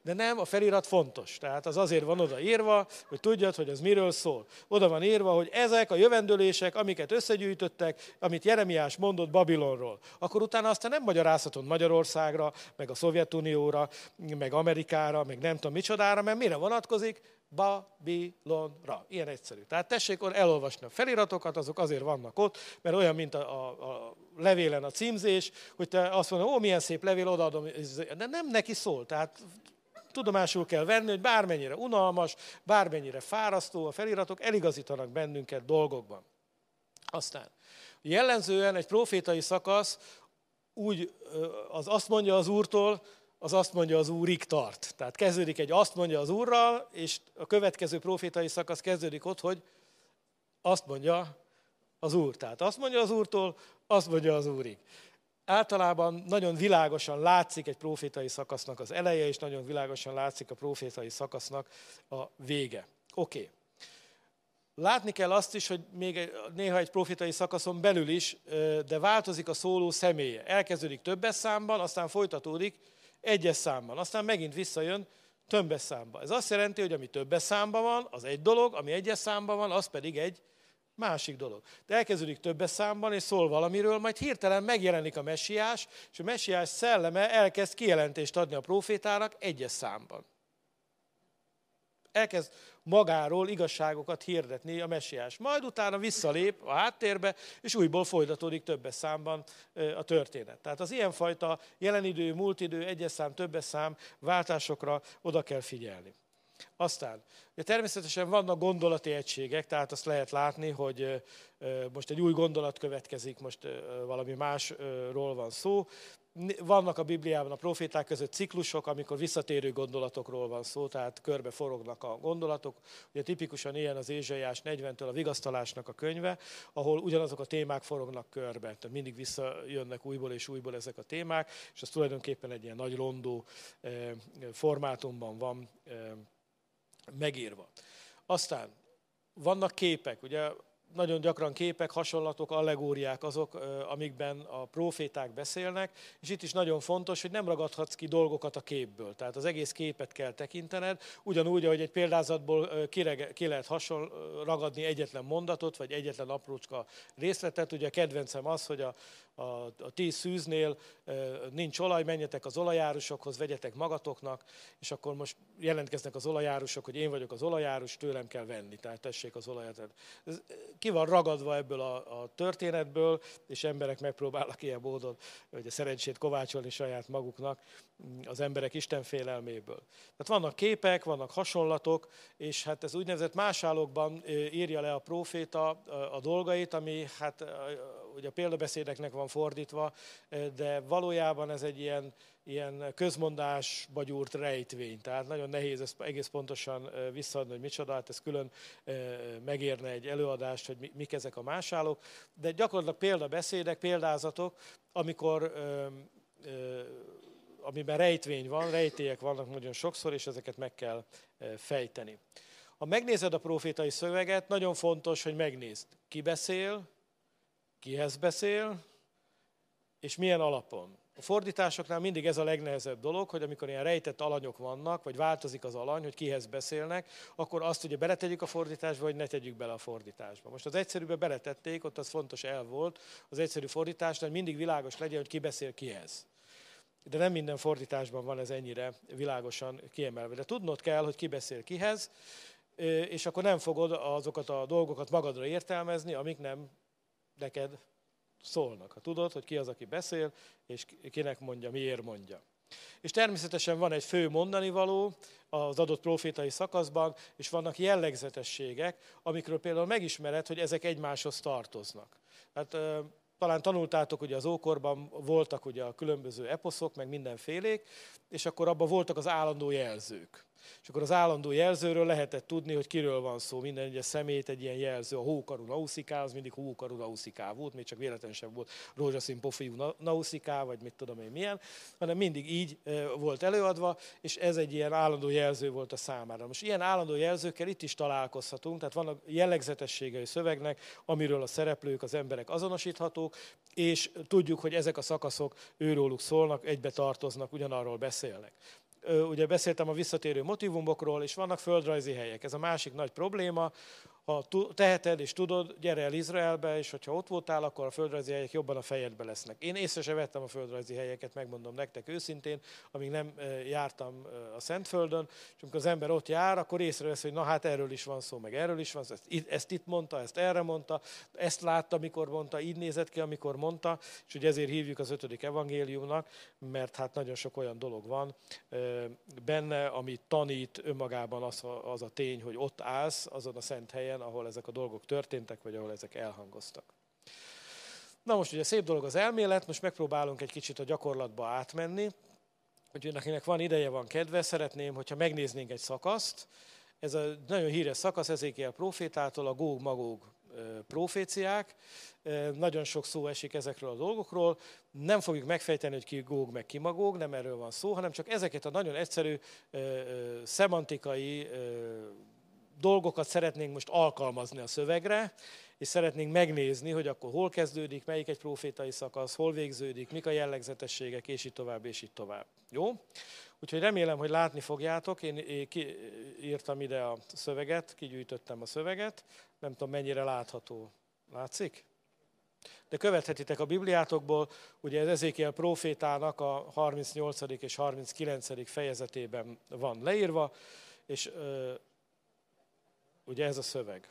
De nem, a felirat fontos. Tehát az azért van oda írva, hogy tudjad, hogy az miről szól. Oda van írva, hogy ezek a jövendőlések, amiket összegyűjtöttek, amit Jeremiás mondott Babilonról. Akkor utána aztán nem magyarázhatod Magyarországra, meg a Szovjetunióra, meg Amerikára, meg nem tudom micsodára, mert mire vonatkozik? Babilonra. Ilyen egyszerű. Tehát tessék elolvasni a feliratokat, azok azért vannak ott, mert olyan, mint a levélen a címzés, hogy te azt mondod, ó, milyen szép levél, odaadom, de nem neki szól. Tehát tudomásul kell venni, hogy bármennyire unalmas, bármennyire fárasztó, a feliratok eligazítanak bennünket dolgokban. Aztán jellemzően egy profétai szakasz úgy az azt mondja az Úrtól, az azt mondja az Úrig tart. Tehát kezdődik egy azt mondja az Úrral, és a következő profétai szakasz kezdődik ott, hogy azt mondja az Úr. Tehát azt mondja az Úrtól, azt mondja az Úrig. Általában nagyon világosan látszik egy profétai szakasznak az eleje, és nagyon világosan látszik a profétai szakasznak a vége. Oké. Látni kell azt is, hogy még néha egy profétai szakaszon belül is, de változik a szóló személye. Elkezdődik többes számban, aztán folytatódik egyes számban, aztán megint visszajön többes számba. Ez azt jelenti, hogy ami többes számban van, az egy dolog, ami egyes számban van, az pedig egy másik dolog. De elkezdődik többes számban, és szól valamiről, majd hirtelen megjelenik a messiás, és a messiás szelleme elkezd kijelentést adni a profétának egyes számban. Elkezd magáról igazságokat hirdetni a messiás. Majd utána visszalép a háttérbe, és újból folytatódik többes számban a történet. Tehát az ilyenfajta jelenidő, múltidő, egyes szám, többes szám váltásokra oda kell figyelni. Aztán, természetesen vannak gondolati egységek, tehát azt lehet látni, hogy most egy új gondolat következik, most valami másról van szó. Vannak a Bibliában a proféták között ciklusok, amikor visszatérő gondolatokról van szó, tehát körbe forognak a gondolatok. Ugye tipikusan ilyen az Ézsaiás 40-től a vigasztalásnak a könyve, ahol ugyanazok a témák forognak körbe. Tehát mindig visszajönnek újból és újból ezek a témák, és az tulajdonképpen egy ilyen nagy rondó formátumban van megírva. Aztán vannak képek, ugye nagyon gyakran képek, hasonlatok, allegóriák azok, amikben a proféták beszélnek, és itt is nagyon fontos, hogy nem ragadhatsz ki dolgokat a képből. Tehát az egész képet kell tekintened, ugyanúgy, ahogy egy példázatból ki lehet ragadni egyetlen mondatot, vagy egyetlen aprócska részletet. Ugye a kedvencem az, hogy a 10 szűznél nincs olaj, menjetek az olajárusokhoz, vegyetek magatoknak, és akkor most jelentkeznek az olajárusok, hogy én vagyok az olajárus, tőlem kell venni, tehát tessék az olajat. Ez ki van ragadva ebből a történetből, és emberek megpróbálnak ilyen módon hogy a szerencsét kovácsolni saját maguknak az emberek istenfélelméből. Tehát vannak képek, vannak hasonlatok, és hát ez úgynevezett másállókban írja le a próféta a dolgait, ami hát ugye a példabeszédeknek van fordítva, de valójában ez egy ilyen közmondásba gyúrt rejtvény. Tehát nagyon nehéz ezt egész pontosan visszaadni, hogy micsoda, hát ez külön megérne egy előadást, hogy mik ezek a másállók. De gyakorlatilag példabeszédek, példázatok, amiben rejtvény van, rejtélyek vannak nagyon sokszor, és ezeket meg kell fejteni. Ha megnézed a profétai szöveget, nagyon fontos, hogy megnézd, ki beszél, kihez beszél, és milyen alapon. A fordításoknál mindig ez a legnehezebb dolog, hogy amikor ilyen rejtett alanyok vannak, vagy változik az alany, hogy kihez beszélnek, akkor azt ugye beletegyük a fordításba, vagy ne tegyük bele a fordításba. Most az egyszerűbe beletették, ott az fontos elv volt, az egyszerű fordításnál mindig világos legyen, hogy ki beszél kihez. De nem minden fordításban van ez ennyire világosan kiemelve. De tudnod kell, hogy ki beszél kihez, és akkor nem fogod azokat a dolgokat magadra értelmezni, amik nem neked szólnak. Ha tudod, hogy ki az, aki beszél, és kinek mondja, miért mondja. És természetesen van egy fő mondanivaló az adott profétai szakaszban, és vannak jellegzetességek, amikről például megismered, hogy ezek egymáshoz tartoznak. Hát, talán tanultátok, hogy az ókorban voltak ugye a különböző eposzok, meg mindenfélék, és akkor abban voltak az állandó jelzők. És akkor az állandó jelzőről lehetett tudni, hogy kiről van szó. Minden egyes személyt egy ilyen jelző. A hókarú Nausziká, az mindig hókarú Nausziká volt, még csak véletlenül sem volt rózsaszín pofjú Nausziká, vagy mit tudom én milyen, hanem mindig így volt előadva, és ez egy ilyen állandó jelző volt a számára. Most ilyen állandó jelzőkkel itt is találkozhatunk, tehát vannak jellegzetességei szövegnek, amiről a szereplők, az emberek azonosíthatók, és tudjuk, hogy ezek a szakaszok őróluk szólnak, egybe tartoznak, ugyanarról beszélnek. ugye beszéltem a visszatérő motivumokról, és vannak földrajzi helyek. Ez a másik nagy probléma. Ha teheted és tudod, gyere el Izraelbe, és hogyha ott voltál, akkor a földrajzi helyek jobban a fejedbe lesznek. Én észre se vettem a földrajzi helyeket, megmondom nektek őszintén, amíg nem jártam a Szentföldön, és amikor az ember ott jár, akkor észrevesz, hogy na hát erről is van szó, meg erről is van szó, ezt itt mondta, ezt erre mondta, ezt látta, amikor mondta, így nézett ki, amikor mondta, és ugye ezért hívjuk az 5. evangéliumnak, mert hát nagyon sok olyan dolog van benne, amit tanít önmagában az a tény, hogy ott állsz azon a szent helyen, ahol ezek a dolgok történtek, vagy ahol ezek elhangoztak. Na most ugye szép dolog az elmélet, most megpróbálunk egy kicsit a gyakorlatba átmenni. Úgyhogy akinek van ideje, van kedve, szeretném, hogyha megnéznénk egy szakaszt. Ez a nagyon híres szakasz Ezékiel prófétától, a Góg-Magóg proféciák. Nagyon sok szó esik ezekről a dolgokról. Nem fogjuk megfejteni, hogy ki Góg meg ki Magóg, nem erről van szó, hanem csak ezeket a nagyon egyszerű szemantikai dolgokat szeretnénk most alkalmazni a szövegre, és szeretnénk megnézni, hogy akkor hol kezdődik, melyik egy prófétai szakasz, hol végződik, mik a jellegzetességek, és így tovább, és így tovább. Jó? Úgyhogy remélem, hogy látni fogjátok. Én írtam ide a szöveget, kigyűjtöttem a szöveget. Nem tudom, mennyire látható. Látszik? De követhetitek a Bibliátokból, ugye ez Ezékiel prófétának a 38. és 39. fejezetében van leírva, és ugye ez a szöveg.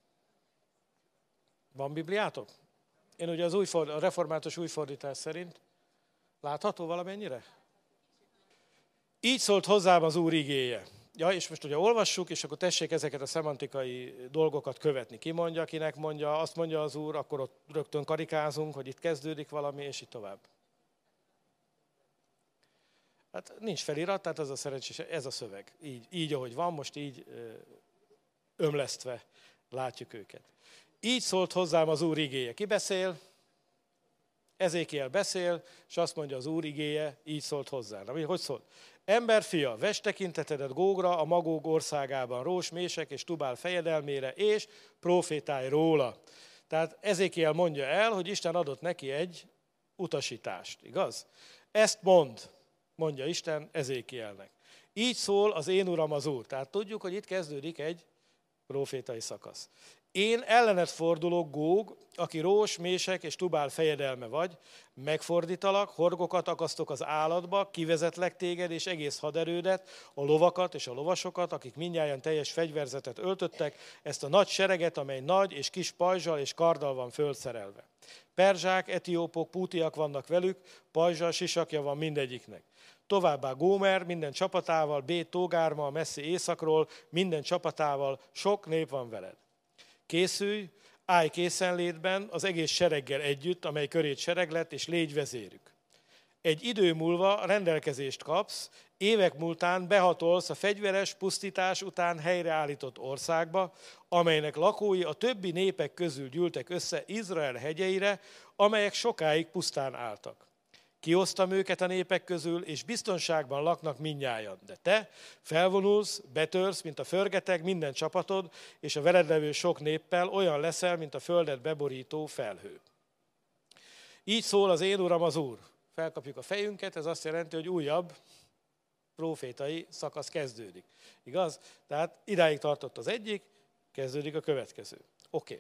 Van Bibliátok? Én ugye a református újfordítás szerint látható valamennyire? Így szólt hozzám az Úr igéje. Ja, és most ugye olvassuk, és akkor tessék ezeket a szemantikai dolgokat követni. Ki mondja, kinek mondja, azt mondja az Úr, akkor ott rögtön karikázunk, hogy itt kezdődik valami, és így tovább. Hát nincs felirat, tehát ez a szerencsés, ez a szöveg. Így ahogy van, most így ömlesztve látjuk őket. Így szólt hozzám az Úr igéje. Ki beszél? Ezékiel beszél, és azt mondja az Úr igéje, így szólt hozzá. Na, hogy szólt? Emberfia, vess tekintetedet Gógra, a Magóg országában, Rós, Mések és Tubál fejedelmére, és profétálj róla. Tehát Ezékiel mondja el, hogy Isten adott neki egy utasítást, igaz? Ezt mondja Isten Ezékielnek. Így szól az én Uram az Úr. Tehát tudjuk, hogy itt kezdődik egy profétai szakasz. Én ellened fordulok, Góg, aki Rós, Mések és Tubál fejedelme vagy, megfordítalak, horgokat akasztok az állatba, kivezetlek téged és egész haderődet, a lovakat és a lovasokat, akik mindnyájan teljes fegyverzetet öltöttek, ezt a nagy sereget, amely nagy és kis pajzsal és karddal van fölszerelve. Perzsák, etiópok, pútiak vannak velük, pajzsal, sisakja van mindegyiknek. Továbbá Gómer minden csapatával, Bét Tógárma a messzi északról, minden csapatával, sok nép van veled. Készülj, állj készenlétben az egész sereggel együtt, amely körét sereg lett, és légy vezérük. Egy idő múlva rendelkezést kapsz, évek múltán behatolsz a fegyveres pusztítás után helyreállított országba, amelynek lakói a többi népek közül gyűltek össze Izrael hegyeire, amelyek sokáig pusztán álltak. Kiosztam őket a népek közül, és biztonságban laknak mindnyájan. De te felvonulsz, betörsz, mint a förgeteg minden csapatod, és a veled levő sok néppel olyan leszel, mint a földet beborító felhő. Így szól az én Uram az Úr. Felkapjuk a fejünket, ez azt jelenti, hogy újabb profétai szakasz kezdődik. Igaz? Tehát idáig tartott az egyik, kezdődik a következő. Oké.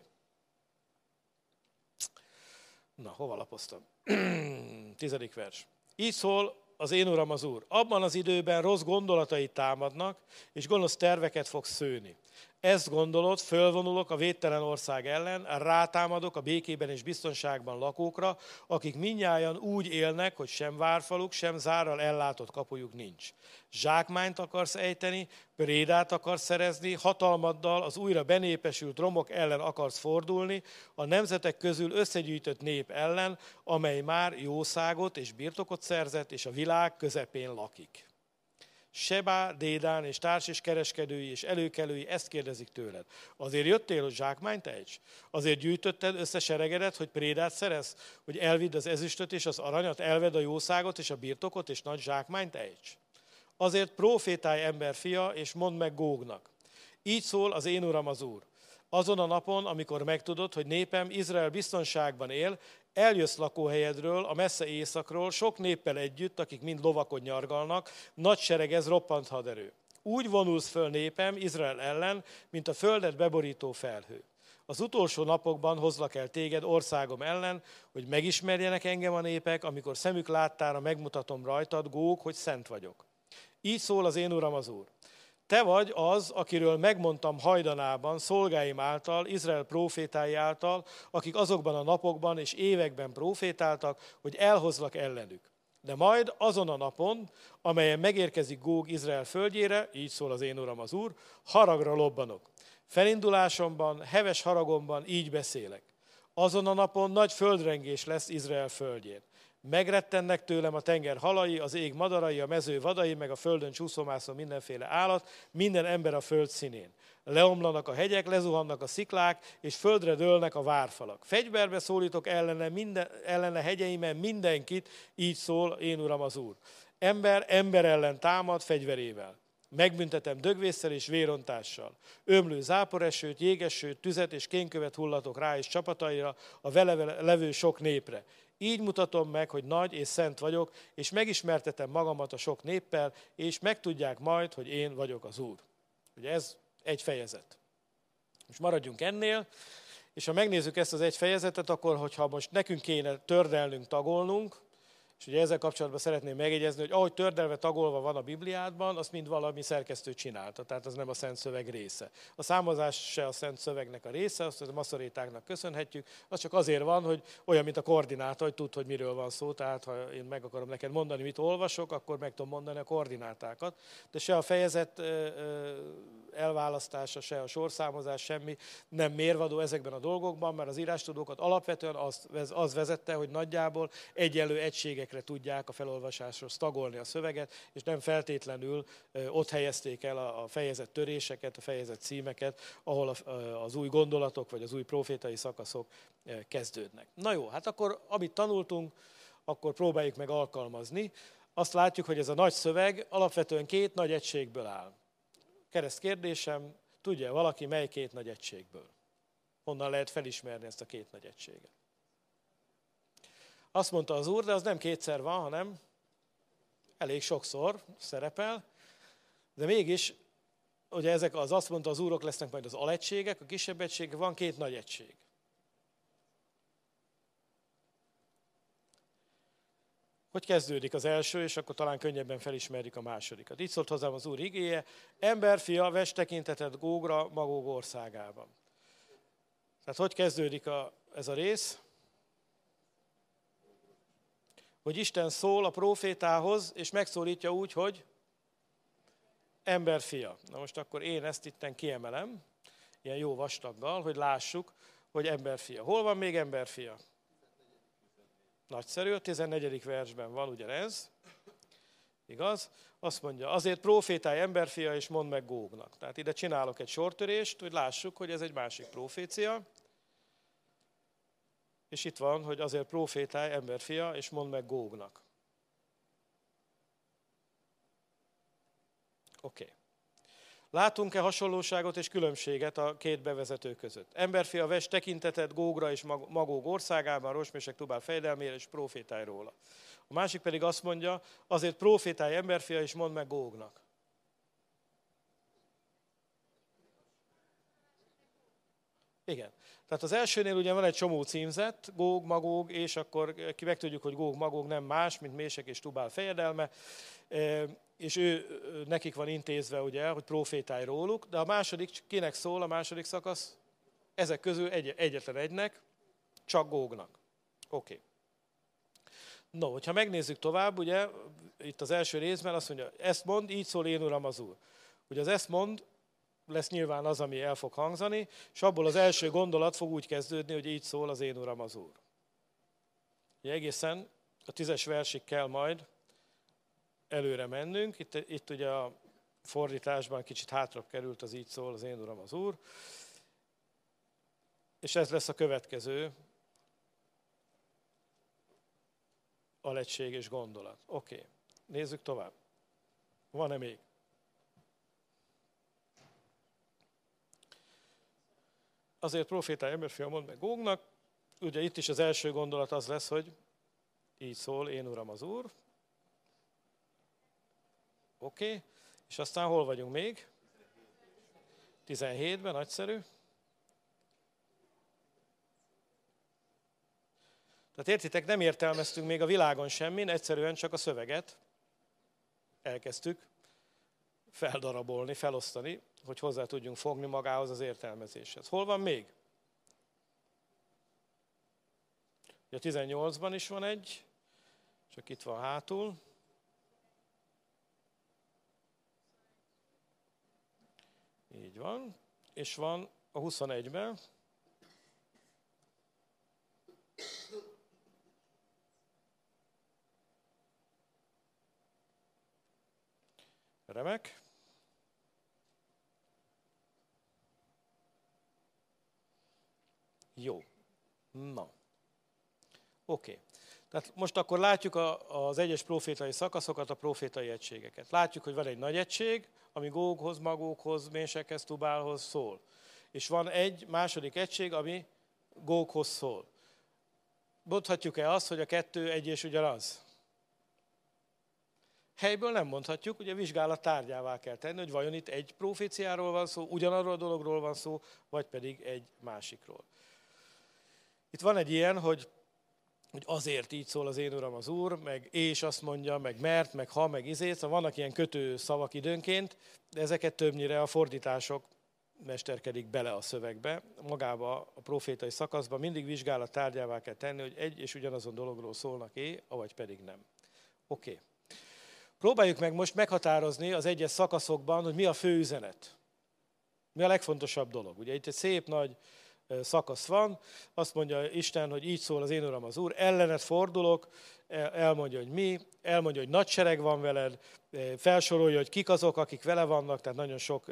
Na, hova lapoztam? 10. vers. Így szól az én Uram az Úr. Abban az időben rossz gondolatai támadnak, és gonosz terveket fogsz szőni. Ezt gondolod, fölvonulok a védtelen ország ellen, rátámadok a békében és biztonságban lakókra, akik mindnyájan úgy élnek, hogy sem várfaluk, sem zárral ellátott kapujuk nincs. Zsákmányt akarsz ejteni, prédát akarsz szerezni, hatalmaddal az újra benépesült romok ellen akarsz fordulni, a nemzetek közül összegyűjtött nép ellen, amely már jószágot és birtokot szerzett, és a világ közepén lakik. Sebá, Dédán és társas kereskedői és előkelői ezt kérdezik tőled. Azért jöttél, hogy zsákmányt ejts? Azért gyűjtötted össze seregedet, hogy prédát szerez? Hogy elvidd az ezüstöt és az aranyat, elvedd a jószágot és a birtokot és nagy zsákmányt ejts? Azért profétálj emberfia, és mondd meg Gógnak. Így szól az én Uram az Úr. Azon a napon, amikor megtudod, hogy népem Izrael biztonságban él, Eljössz lakóhelyedről, a messze északról, sok néppel együtt, akik mind lovakon nyargalnak, nagy sereg ez, roppant haderő. Úgy vonulsz föl népem Izrael ellen, mint a földet beborító felhő. Az utolsó napokban hozlak el téged országom ellen, hogy megismerjenek engem a népek, amikor szemük láttára megmutatom rajtad, Góg, hogy szent vagyok. Így szól az én Uram az Úr. Te vagy az, akiről megmondtam hajdanában, szolgáim által, Izrael prófétái által, akik azokban a napokban és években prófétáltak, hogy elhozlak ellenük. De majd azon a napon, amelyen megérkezik Góg Izrael földjére, így szól az én Uram az Úr, haragra lobbanok. Felindulásomban, heves haragomban így beszélek. Azon a napon nagy földrengés lesz Izrael földjén. Megrettennek tőlem a tenger halai, az ég madarai, a mező vadai, meg a földön csúszómászó mindenféle állat, minden ember a föld színén. Leomlanak a hegyek, lezuhannak a sziklák, és földre dőlnek a várfalak. Fegyverbe szólítok ellene hegyeimen mindenkit, így szól én Uram az Úr. Ember ellen támad fegyverével. Megbüntetem dögvésszel és vérontással. Ömlő záporesőt, jégesőt, tüzet és kénkövet hullatok rá és csapataira, a vele levő sok népre. Így mutatom meg, hogy nagy és szent vagyok, és megismertetem magamat a sok néppel, és megtudják majd, hogy én vagyok az Úr. Ugye ez egy fejezet. Most maradjunk ennél, és ha megnézzük ezt az egy fejezetet, akkor hogyha most nekünk kéne tördelnünk, tagolnunk, és ugye ezzel kapcsolatban szeretném megjegyezni, hogy ahogy tördelve, tagolva van a Bibliádban, azt mind valami szerkesztő csinálta, tehát az nem a Szent Szöveg része. A számozás se a Szent Szövegnek a része, azt a maszorétáknak köszönhetjük, az csak azért van, hogy olyan, mint a koordináta, hogy tud, hogy miről van szó, tehát ha én meg akarom neked mondani, mit olvasok, akkor meg tudom mondani a koordinátákat, de se a fejezet elválasztása, se a sorszámozás, semmi nem mérvadó ezekben a dolgokban, mert az írástudókat alapvetően az vezette, hogy nagyjából egyenlő egységekre tudják a felolvasáshoz tagolni a szöveget, és nem feltétlenül ott helyezték el a fejezet töréseket, a fejezet címeket, ahol az új gondolatok vagy az új profétai szakaszok kezdődnek. Na jó, hát akkor amit tanultunk, akkor próbáljuk meg alkalmazni. Azt látjuk, hogy ez a nagy szöveg alapvetően két nagy egységből áll. Kereszt kérdésem, tudja valaki, mely két nagy egységből? Honnan lehet felismerni ezt a két nagy egységet? Azt mondta az Úr, de az nem kétszer van, hanem elég sokszor szerepel, de mégis, ugye ezek az azt mondta az Úrok lesznek majd az alegységek, a kisebb egységek, van két nagy egység. Hogy kezdődik az első, és akkor talán könnyebben felismerjük a másodikat. Így szólt hozzám az Úr igéje, emberfia, vess tekintetet Gógra, Magóg országában. Tehát hogy kezdődik ez a rész? Hogy Isten szól a prófétához, és megszólítja úgy, hogy emberfia. Na most akkor én ezt itten kiemelem, ilyen jó vastaggal, hogy lássuk, hogy emberfia. Hol van még emberfia? Nagyszerű, a 14. versben van ugyanez, igaz? Azt mondja, azért prófétálj emberfia, és mondd meg Gógnak. Tehát ide csinálok egy sortörést, hogy lássuk, hogy ez egy másik profécia. És itt van, hogy azért prófétálj emberfia, és mondd meg Gógnak. Oké. Látunk-e hasonlóságot és különbséget a két bevezető között? Emberfia, vess tekintetet Gógra és Magóg országában, Rosmések Tubál fejedelmére, és prófétálj róla. A másik pedig azt mondja, azért prófétálj emberfia, és mondd meg Gógnak. Igen. Tehát az elsőnél ugye van egy csomó címzet, Góg, Magóg, és akkor megtudjuk, hogy Góg, Magóg nem más, mint Mések és Tubál fejedelme, és nekik van intézve, ugye, hogy prófétálj róluk, de a második, kinek szól a második szakasz? Ezek közül egyetlen egynek, csak Gógnak. Oké. No, hogyha megnézzük tovább, ugye, itt az első részben azt mondja, ezt mond, így szól én Uram az Úr. Ugye az ezt mond, lesz nyilván az, ami el fog hangzani, és abból az első gondolat fog úgy kezdődni, hogy így szól az én Uram az Úr. Ugye egészen a 10. versig kell majd előre mennünk. Itt ugye a fordításban kicsit hátrabb került az így szól az én Uram az Úr. És ez lesz a következő alegység és gondolat. Oké, nézzük tovább. Van-e még? Azért prófétálj emberfia, mondd meg Gógnak, ugye itt is az első gondolat az lesz, hogy így szól, én Uram az Úr. Oké. És aztán hol vagyunk még? 17-ben, nagyszerű. Tehát értitek, nem értelmeztünk még a világon semmin, egyszerűen csak a szöveget elkezdtük feldarabolni, felosztani, hogy hozzá tudjunk fogni magához az értelmezéshez. Hol van még? A 18-ban is van egy, csak itt van hátul. Így van. És van a 21-ben. Remek. Jó. Na. Oké. Tehát most akkor látjuk az egyes profétai szakaszokat, a profétai egységeket. Látjuk, hogy van egy nagy egység, ami Góghoz, Magóghoz, Mésekhez, Tubálhoz szól. És van egy második egység, ami Góghoz szól. Mondhatjuk-e azt, hogy a kettő egy és ugyanaz? Helyből nem mondhatjuk, ugye vizsgálat tárgyává kell tenni, hogy vajon itt egy proféciáról van szó, ugyanarról a dologról van szó, vagy pedig egy másikról. Itt van egy ilyen, hogy azért így szól az én Uram az Úr, meg és azt mondja, meg mert, meg ha, meg izét, szóval vannak ilyen kötő szavak időnként, de ezeket többnyire a fordítások mesterkedik bele a szövegbe, magába a profétai szakaszba mindig vizsgálat tárgyává kell tenni, hogy egy és ugyanazon dologról szólnak-e, avagy pedig nem. Oké. Próbáljuk meg most meghatározni az egyes szakaszokban, hogy mi a fő üzenet. Mi a legfontosabb dolog. Ugye itt egy szép nagy szakasz van, azt mondja Isten, hogy így szól az én Uram az Úr, ellened fordulok, elmondja, hogy mi, elmondja, hogy nagy sereg van veled, felsorolja, hogy kik azok, akik vele vannak, tehát nagyon sok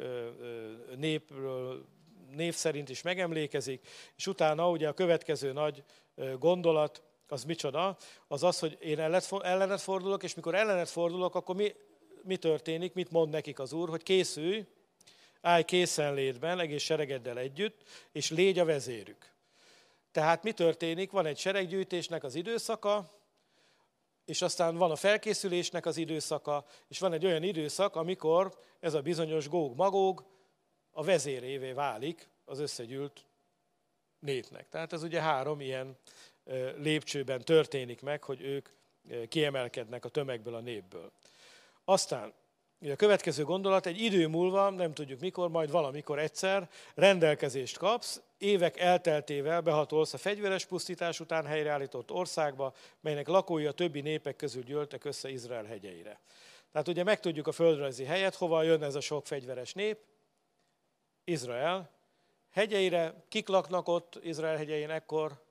név szerint is megemlékezik, és utána ugye a következő nagy gondolat, az micsoda? Az az, hogy én ellened fordulok, és mikor ellened fordulok, akkor mi történik, mit mond nekik az Úr, hogy készülj, állj készenlétben, egész seregeddel együtt, és légy a vezérük. Tehát mi történik? Van egy sereggyűjtésnek az időszaka, és aztán van a felkészülésnek az időszaka, és van egy olyan időszak, amikor ez a bizonyos Góg-Magóg a vezérévé válik az összegyűlt népnek. Tehát ez ugye 3 ilyen lépcsőben történik meg, hogy ők kiemelkednek a tömegből, a népből. Aztán a következő gondolat, egy idő múlva, nem tudjuk mikor, majd valamikor egyszer rendelkezést kapsz, évek elteltével behatolsz a fegyveres pusztítás után helyreállított országba, melynek lakói a többi népek közül gyűltek össze Izrael hegyeire. Tehát ugye megtudjuk a földrajzi helyet, hova jön ez a sok fegyveres nép, Izrael hegyeire. Kik laknak ott Izrael hegyein ekkor?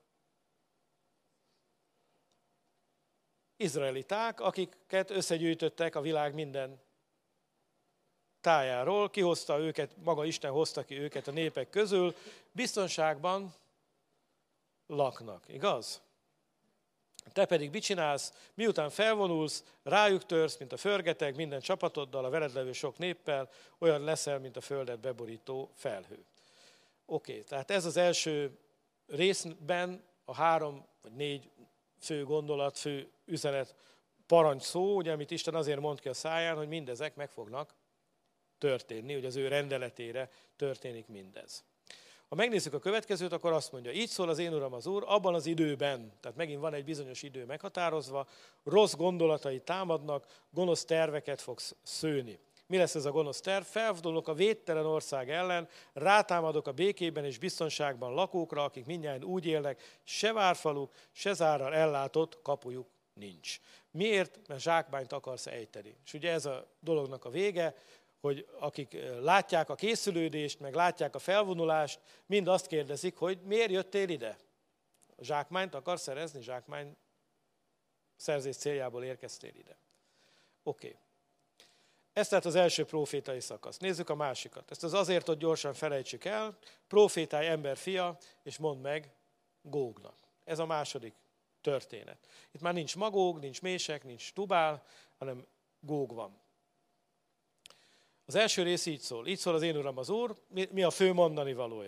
Izraeliták, akiket összegyűjtöttek a világ minden tájáról, kihozta őket, maga Isten hozta ki őket a népek közül, biztonságban laknak, igaz? Te pedig mit csinálsz? Miután felvonulsz, rájuk törsz, mint a förgeteg, minden csapatoddal, a veled levő sok néppel, olyan leszel, mint a földet beborító felhő. Oké, tehát ez az első részben a 3 vagy 4 fő gondolat, fő üzenet, parancsszó, ugye, amit Isten azért mond ki a száján, hogy mindezek meg fognak történni, hogy az ő rendeletére történik mindez. Ha megnézzük a következőt, akkor azt mondja, így szól az én Uram az Úr, abban az időben, tehát megint van egy bizonyos idő meghatározva, rossz gondolatai támadnak, gonosz terveket fogsz szőni. Mi lesz ez a gonosz terv? Felvonulok a védtelen ország ellen, rátámadok a békében és biztonságban lakókra, akik mindnyáján úgy élnek, se várfaluk, se zárral ellátott kapujuk nincs. Miért? Mert zsákmányt akarsz ejteni. És ugye ez a dolognak a vége, hogy akik látják a készülődést, meg látják a felvonulást, mind azt kérdezik, hogy miért jöttél ide? Zsákmányt akarsz szerezni? Zsákmány szerzés céljából érkeztél ide. Oké. Ez tehát az első profétai szakasz. Nézzük a másikat. Ezt az azért, hogy gyorsan felejtsük el. Profétálj ember fia, és mondd meg Gógnak. Ez a második történet. Itt már nincs Magóg, nincs Mések, nincs Tubál, hanem Góg van. Az első rész így szól az én Uram az Úr, mi a fő mondani valója?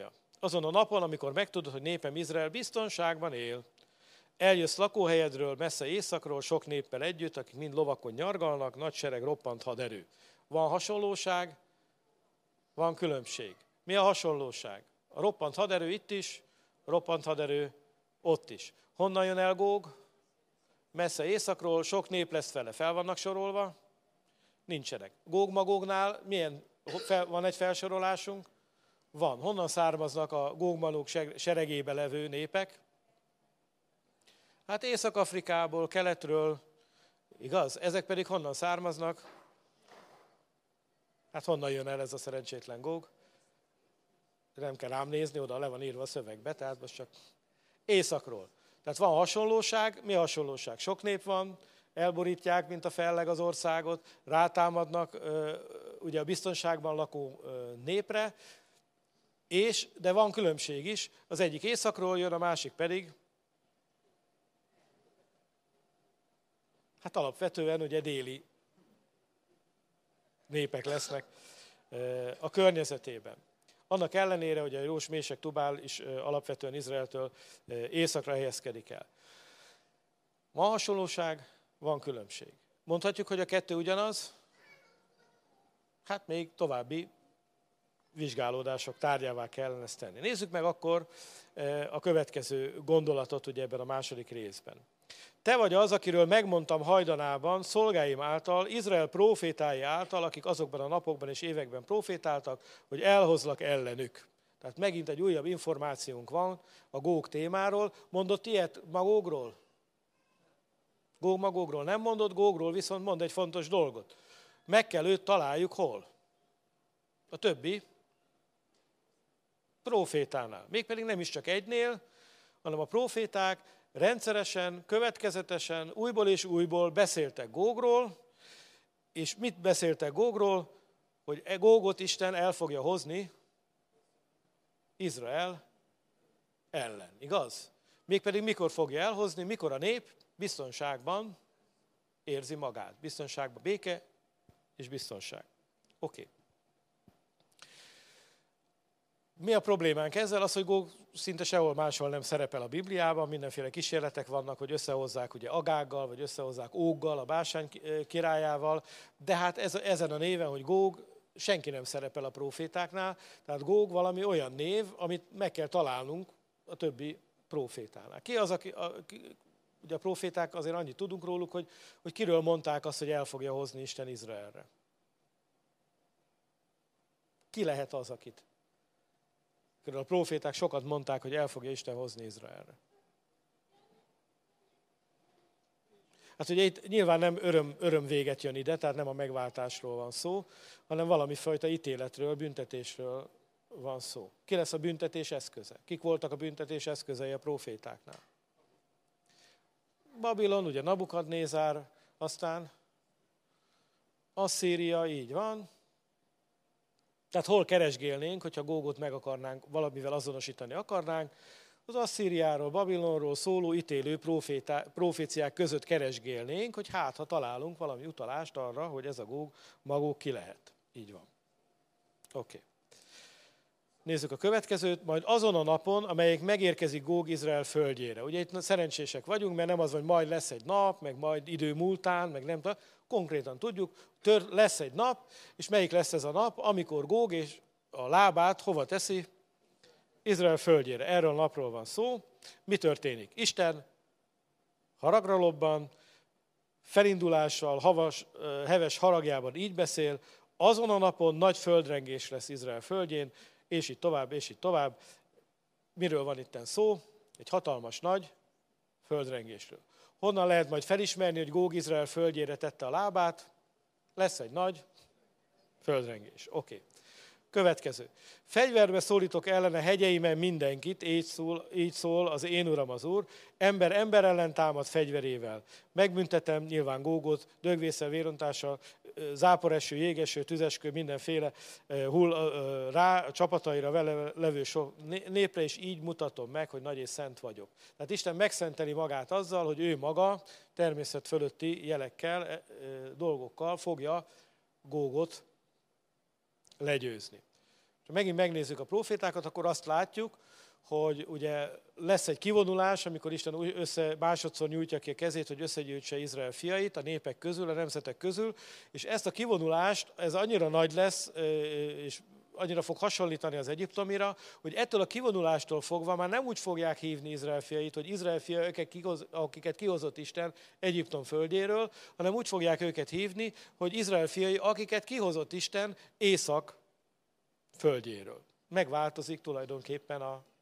azon a napon, amikor megtudod, hogy népem Izrael biztonságban él, eljössz lakóhelyedről, messze északról, sok néppel együtt, akik mind lovakon nyargalnak, nagy sereg, roppant haderő. Van hasonlóság, van különbség. Mi a hasonlóság? A roppant haderő itt is, a roppant haderő ott is. Honnan jön el Góg? Messze északról, sok nép lesz vele. Fel vannak sorolva? Nincsenek. Góg Magógnál van egy felsorolásunk? Van. Honnan származnak a Góg Magóg seregébe levő népek? Hát Észak-Afrikából, keletről, igaz? Ezek pedig honnan származnak? Hát honnan jön el ez a szerencsétlen Góg? Nem kell rám nézni, oda le van írva a szövegbe, tehát most csak északról. Tehát van hasonlóság. Mi a hasonlóság? Sok nép van, elborítják, mint a felleg az országot, rátámadnak ugye a biztonságban lakó népre, de van különbség is. Az egyik északról jön, a másik pedig, hát alapvetően ugye déli népek lesznek a környezetében. Annak ellenére, hogy a Jós, Mések, Tubál is alapvetően Izraeltől északra helyezkedik el. Van hasonlóság, van különbség. Mondhatjuk, hogy a kettő ugyanaz? Hát még további vizsgálódások tárgyává kellene ezt tenni. Nézzük meg akkor a következő gondolatot ugye ebben a második részben. Te vagy az, akiről megmondtam hajdanában, szolgáim által, Izrael prófétái által, akik azokban a napokban és években prófétáltak, hogy elhozlak ellenük. Tehát megint egy újabb információnk van a Góg témáról. Mondott ilyet Magógról? Góg Magógról nem mondott, Gógról viszont mond egy fontos dolgot. Meg kell őt találjuk hol? A többi prófétánál. Mégpedig nem is csak egynél, hanem a próféták rendszeresen, következetesen, újból és újból beszéltek Gógról, és mit beszéltek Gógról? Hogy Gógot Isten el fogja hozni Izrael ellen. Igaz? Mégpedig mikor fogja elhozni? Mikor a nép biztonságban érzi magát. Biztonságban béke és biztonság. Oké. Mi a problémánk ezzel? Az, hogy Góg szinte sehol máshol nem szerepel a Bibliában, mindenféle kísérletek vannak, hogy összehozzák ugye Agággal, vagy összehozzák Óggal, a Básány királyával, de hát ezen a néven, hogy Góg, senki nem szerepel a prófétáknál, tehát Góg valami olyan név, amit meg kell találnunk a többi prófétánál. Ki az, ugye a próféták, azért annyit tudunk róluk, hogy kiről mondták azt, hogy el fogja hozni Isten Izraelre. Ki lehet az, akit? A próféták sokat mondták, hogy el fogja Isten hozni Izraelre. Hát ugye itt nyilván nem öröm véget jön ide, tehát nem a megváltásról van szó, hanem valami fajta ítéletről, büntetésről van szó. Ki lesz a büntetés eszköze? Kik voltak a büntetés eszközei a prófétáknál? Babilon, ugye Nabukadnézár, aztán Asszíria, így van. Tehát hol keresgélnénk, hogyha Gógot meg akarnánk, valamivel azonosítani akarnánk, az Asszíriáról, Babilonról szóló ítélő proféciák között keresgélnénk, hogy hát, ha találunk valami utalást arra, hogy ez a Góg Magóg ki lehet. Így van. Oké. Nézzük a következőt, majd azon a napon, amelyik megérkezik Góg Izrael földjére. Ugye itt szerencsések vagyunk, mert nem az, hogy majd lesz egy nap, meg majd idő múltán, meg nem tudom. Konkrétan tudjuk, lesz egy nap, és melyik lesz ez a nap, amikor Góg és a lábát hova teszi? Izrael földjére. Erről a napról van szó. Mi történik? Isten haragra lobban, felindulással, heves haragjában így beszél, azon a napon nagy földrengés lesz Izrael földjén, és így tovább, és így tovább. Miről van itten szó? Egy hatalmas nagy földrengésről. Honnan lehet majd felismerni, hogy Góg Izrael földjére tette a lábát? Lesz egy nagy földrengés. Oké. Következő. Fegyverbe szólítok ellene hegyeimen mindenkit, így szól az én uram az Úr, ember ellen támad fegyverével. Megbüntetem nyilván Gógot, dögvésszel, vérontással, záporeső, jégeső, tüzeskő, mindenféle hull rá a csapataira vele levő sok népre, és így mutatom meg, hogy nagy és szent vagyok. Tehát Isten megszenteli magát azzal, hogy ő maga természet fölötti jelekkel, dolgokkal fogja Gógot legyőzni. Ha megint megnézzük a profétákat, akkor azt látjuk, hogy ugye lesz egy kivonulás, amikor Isten másodszor nyújtja ki a kezét, hogy összegyűjtse Izrael fiait a népek közül, a nemzetek közül, és ezt a kivonulást, ez annyira nagy lesz, és annyira fog hasonlítani az egyiptomira, hogy ettől a kivonulástól fogva már nem úgy fogják hívni Izrael fiait, hogy Izrael fiai, akiket kihozott Isten Egyiptom földjéről, hanem úgy fogják őket hívni, hogy Izrael fiai, akiket kihozott Isten Észak földjéről. Megváltozik tulajdonképpen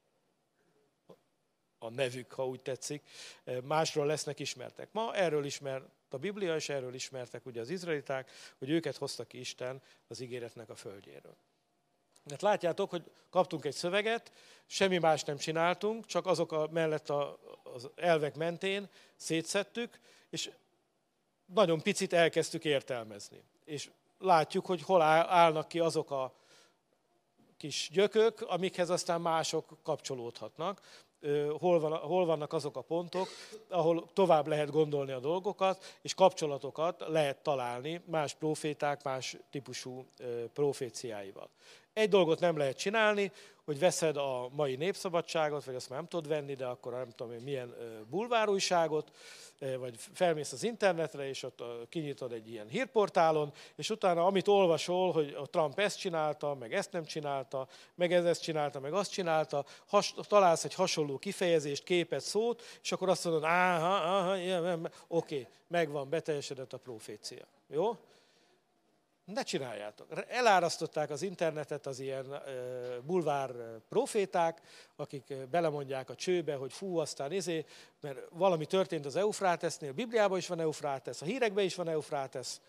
a nevük, ha úgy tetszik, másról lesznek ismertek. Ma erről ismert a Biblia, és erről ismertek ugye az izraeliták, hogy őket hozta ki Isten az ígéretnek a földjéről. Hát látjátok, hogy kaptunk egy szöveget, semmi más nem csináltunk, csak azok mellett az elvek mentén szétszedtük, és nagyon picit elkezdtük értelmezni. És látjuk, hogy hol állnak ki azok a kis gyökök, amikhez aztán mások kapcsolódhatnak. Hol vannak azok a pontok, ahol tovább lehet gondolni a dolgokat, és kapcsolatokat lehet találni más proféták, más típusú proféciáival. Egy dolgot nem lehet csinálni, hogy veszed a mai Népszabadságot, vagy azt már nem tudod venni, de akkor nem tudom én milyen bulvárújságot, vagy felmész az internetre, és ott kinyitod egy ilyen hírportálon, és utána amit olvasol, hogy a Trump ezt csinálta, meg ezt nem csinálta, meg ezt csinálta, meg azt csinálta, találsz egy hasonló kifejezést, képet, szót, és akkor azt mondod, oké, megvan, beteljesedett a profécia. Jó? Ne csináljátok. Elárasztották az internetet az ilyen bulvár proféták, akik belemondják a csőbe, hogy fú, aztán mert valami történt az Eufrátesznél, a Bibliában is van Eufrátesz, a hírekben is van Eufrátesz.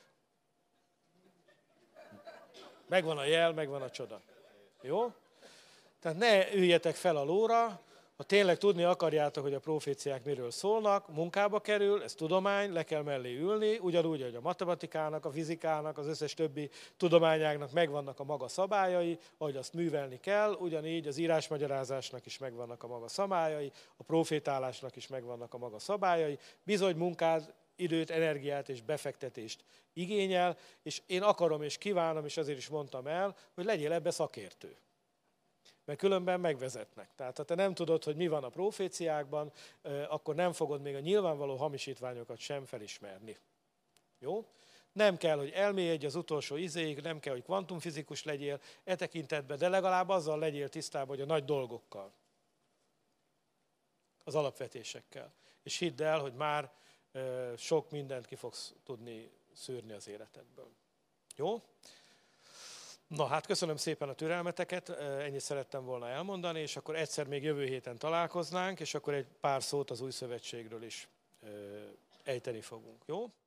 Megvan a jel, megvan a csoda. Jó? Tehát ne üljetek fel a lóra, ha tényleg tudni akarjátok, hogy a proféciák miről szólnak, munkába kerül, ez tudomány, le kell mellé ülni, ugyanúgy, hogy a matematikának, a fizikának, az összes többi tudományágnak megvannak a maga szabályai, ahogy azt művelni kell, ugyanígy az írásmagyarázásnak is megvannak a maga szabályai, a profétálásnak is megvannak a maga szabályai, bizony munkát, időt, energiát és befektetést igényel, és én akarom és kívánom, és azért is mondtam el, hogy legyél ebbe szakértő. Mert különben megvezetnek. Tehát ha te nem tudod, hogy mi van a proféciákban, akkor nem fogod még a nyilvánvaló hamisítványokat sem felismerni. Jó? Nem kell, hogy elmélyedj az utolsó izéig, nem kell, hogy kvantumfizikus legyél e tekintetben, de legalább azzal legyél tisztában, hogy a nagy dolgokkal, az alapvetésekkel. És hidd el, hogy már sok mindent ki fogsz tudni szűrni az életedből. Jó? Na hát köszönöm szépen a türelmeteket, ennyit szerettem volna elmondani, és akkor egyszer még jövő héten találkoznánk, és akkor egy pár szót az új szövetségről is ejteni fogunk. Jó?